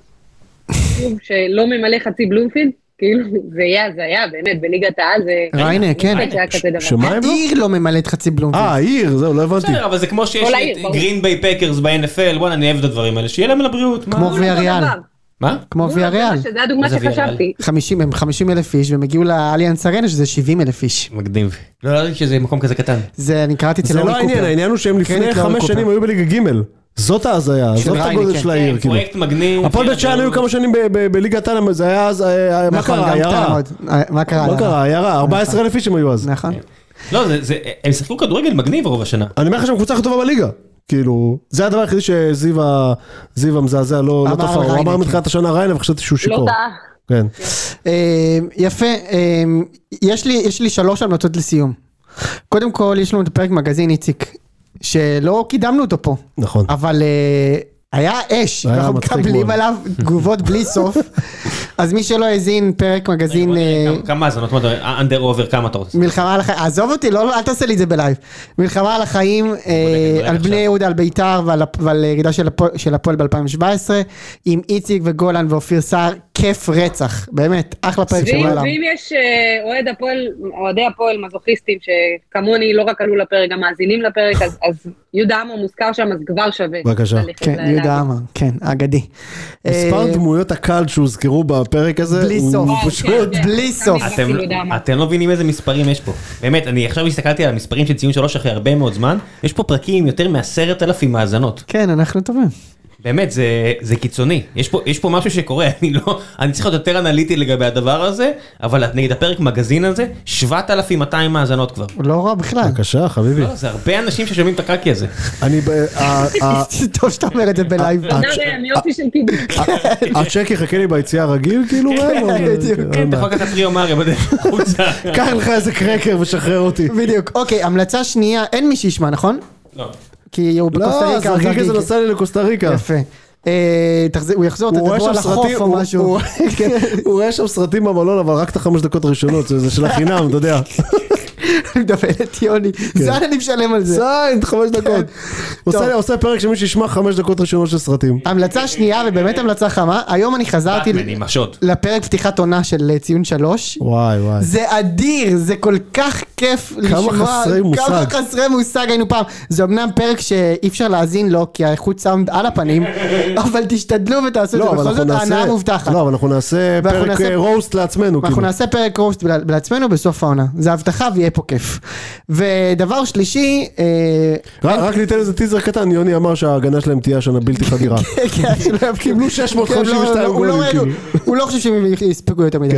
שלא ממלא חצי בלומפילד, כאילו זה היה, זה היה באמת בליגת העל, זה... ריינה, כן. העיר לא ממלאת חצי בלומפילד. אה, העיר, זהו, לא הבנתי. בסדר, אבל זה כמו שיש את גרין ביי פקרס ב-אן אף אל, בוא'נה, אני אוהב את הדברים האלה, שיהיה להם על הבריאות. כמו ויאריאל. מה? כמו ויאריאל. זה הדוגמה שחשבתי. הם חמישים אלף איש, והם הגיעו לאליאנס ארנה, שזה שבעים אלף איש. מגניב. לא, לא יודעת שזה מקום כזה קטן. זה, אני קראתי אצל אורי קופר. זה לא העניין, העניין הוא שהם לפני חמש שנים היו בליגה ג' זאת ההזיה, זאת הגודל של העיר. פרויקט מגניב. הפועל בית שאן היו כמה שנים בליגת העל, זה היה אז, מה קרה? העיירה. מה קרה? מה קרה? העיירה, ארבעה עשר אלף איש הם היו אז. נכון. לא, הם שיחקו כדורגל מגניב רוב השנה. אני אומר לך שהם קבוצה הכי טובה בליגה. כאילו, זה הדבר היחידי שזיו המזעזע לא תופעה. הוא אמר מתחילת השנה ריינה וחשבתי שהוא שיקור. לא טעה. כן. יפה, יש לי שלוש המלצות לסיום. קודם כל, יש לנו את הפרק מגזין איציק. שלא קידמנו אותו פה. נכון. אבל היה אש, אנחנו מקבלים עליו תגובות בלי סוף, אז מי שלא הזין פרק מגזין... כמה האזנות, אנדר אובר, כמה אתה רוצה? מלחמה על החיים, עזוב אותי, אל תעשה לי את זה בלייב. מלחמה על החיים, על בני יהודה, על ביתר ועל ירידה של הפועל ב-אלפיים שבע עשרה, עם איציק וגולן ואופיר סער, כיף רצח, באמת, אחלה פרק של העולם. ואם יש אוהד הפועל, אוהדי הפועל מזוכיסטים, שכמוני לא רק עלו לפרק, גם מאזינים לפרק, אז יהודה עמר מוזכר שם, אז כבר שווה. בבקשה. כן, יהודה עמר, כן, אגדי. מספר דמויות הקל שהוזכרו בפרק הזה, בלי סוף, בלי סוף. אתם לא מבינים איזה מספרים יש פה. באמת, אני עכשיו הסתכלתי על המספרים של ציון שלוש אחרי הרבה מאוד זמן, יש פה פרקים עם יותר מעשרת אלפים מאזנות. כן, אנחנו טובים. באמת, זה, זה קיצוני. יש פה, יש פה משהו שקורה, אני לא, אני צריך להיות יותר אנליטי לגבי הדבר הזה, אבל נגיד הפרק מגזין הזה, שבעת אלפים מאתיים מאזנות כבר. לא רע בכלל. בבקשה, חביבי. לא, זה הרבה אנשים ששומעים את הקקי הזה. אני, טוב שאתה אומר את זה בלייב. יופי של קידום. הצ'ק יחכה לי ביציאה רגיל, כאילו, כן, אתה יכול לקחת טריו מריה בדרך חוצה. קח לך איזה קרקר ושחרר אותי. בדיוק. אוקיי, המלצה שנייה, אין מי שישמע, נכון? לא. כי הוא בקוסטה ריקה. לא, זרגיק איזה נסע לי לקוסטה ריקה. יפה. הוא יחזור, תדברו על החוף או משהו. הוא רואה שם סרטים במלון, אבל רק את החמש דקות הראשונות, זה של החינם, אתה יודע. אני מדבר את יוני, זין אני משלם על זה. זין, חמש דקות. עושה פרק שמי שישמע חמש דקות ראשונות של סרטים. המלצה שנייה, ובאמת המלצה חמה, היום אני חזרתי לפרק פתיחת עונה של ציון שלוש. וואי וואי. זה אדיר, זה כל כך כיף לשמוע. כמה חסרי מושג. כמה חסרי מושג היינו פעם. זה אמנם פרק שאי אפשר להאזין לו, כי האיכות סאונד על הפנים, אבל תשתדלו ותעשו את זה. בכל זאת הענה מובטחת. לא, אבל אנחנו נעשה פרק רוסט לעצמנו. אנחנו נעשה פרק רוסט לעצמנו בסוף העונה. זה הבטחה ויהיה פה כיף. ודבר שלישי... רק ניתן איזה טיזר קטן, יוני אמר שההגנה שלהם תהיה השנה בלתי חדירה. קיבלו שש מאות חמישים ושתיים גולים. הוא לא חושב שהם יספקו יותר מדי.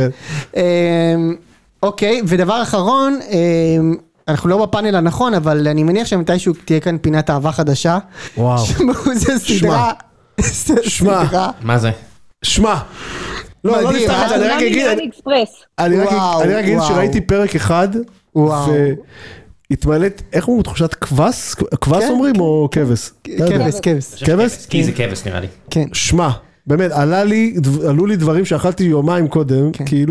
אוקיי, ודבר אחרון, אנחנו לא בפאנל הנכון, אבל אני מניח שמתישהו תהיה כאן פינת אהבה חדשה. וואו. זה סדרה. שמע. מה זה? שמע. לא, לא נפתח את זה, אני רק אגיד, אני רק אגיד שראיתי פרק אחד, והתמלאת, איך אומרים, תחושת כבש? כבש אומרים או כבש? כבש, כבש. כבש? כי זה כבש נראה לי. כן. שמע, באמת, עלו לי דברים שאכלתי יומיים קודם, כאילו,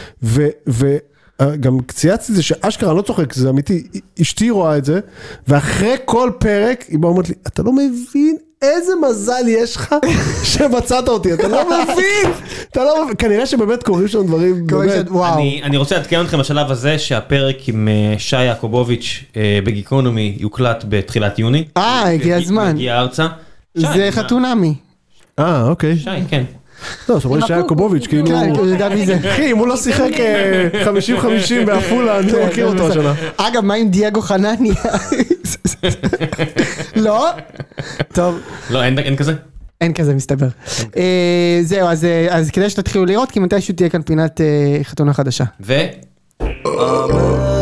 וגם צייצתי זה שאשכרה, אני לא צוחק, זה אמיתי, אשתי רואה את זה, ואחרי כל פרק, היא באה אומרת לי, אתה לא מבין איזה מזל יש לך שמצאת אותי, אתה לא מבין, אתה לא מבין, כנראה שבאמת קוראים שם דברים, אני רוצה להתקיים אתכם בשלב הזה שהפרק עם שי יעקובוביץ' בגיקונומי יוקלט בתחילת יוני. אה, הגיע הזמן. הגיע ארצה. זה חתונמי. אה, אוקיי. שי, כן. לא, שאומרים שי יעקובוביץ', כאילו... כן, הוא יודע מי זה. אחי, אם הוא לא שיחק חמישים חמישים באפולה, אני לא מכיר אותו השנה. אגב, מה עם דייגו חנניה? לא? טוב. לא, אין כזה? אין כזה, מסתבר. זהו, אז כדאי שתתחילו לראות, כי מתישהו תהיה כאן פינת חתונה חדשה. ו...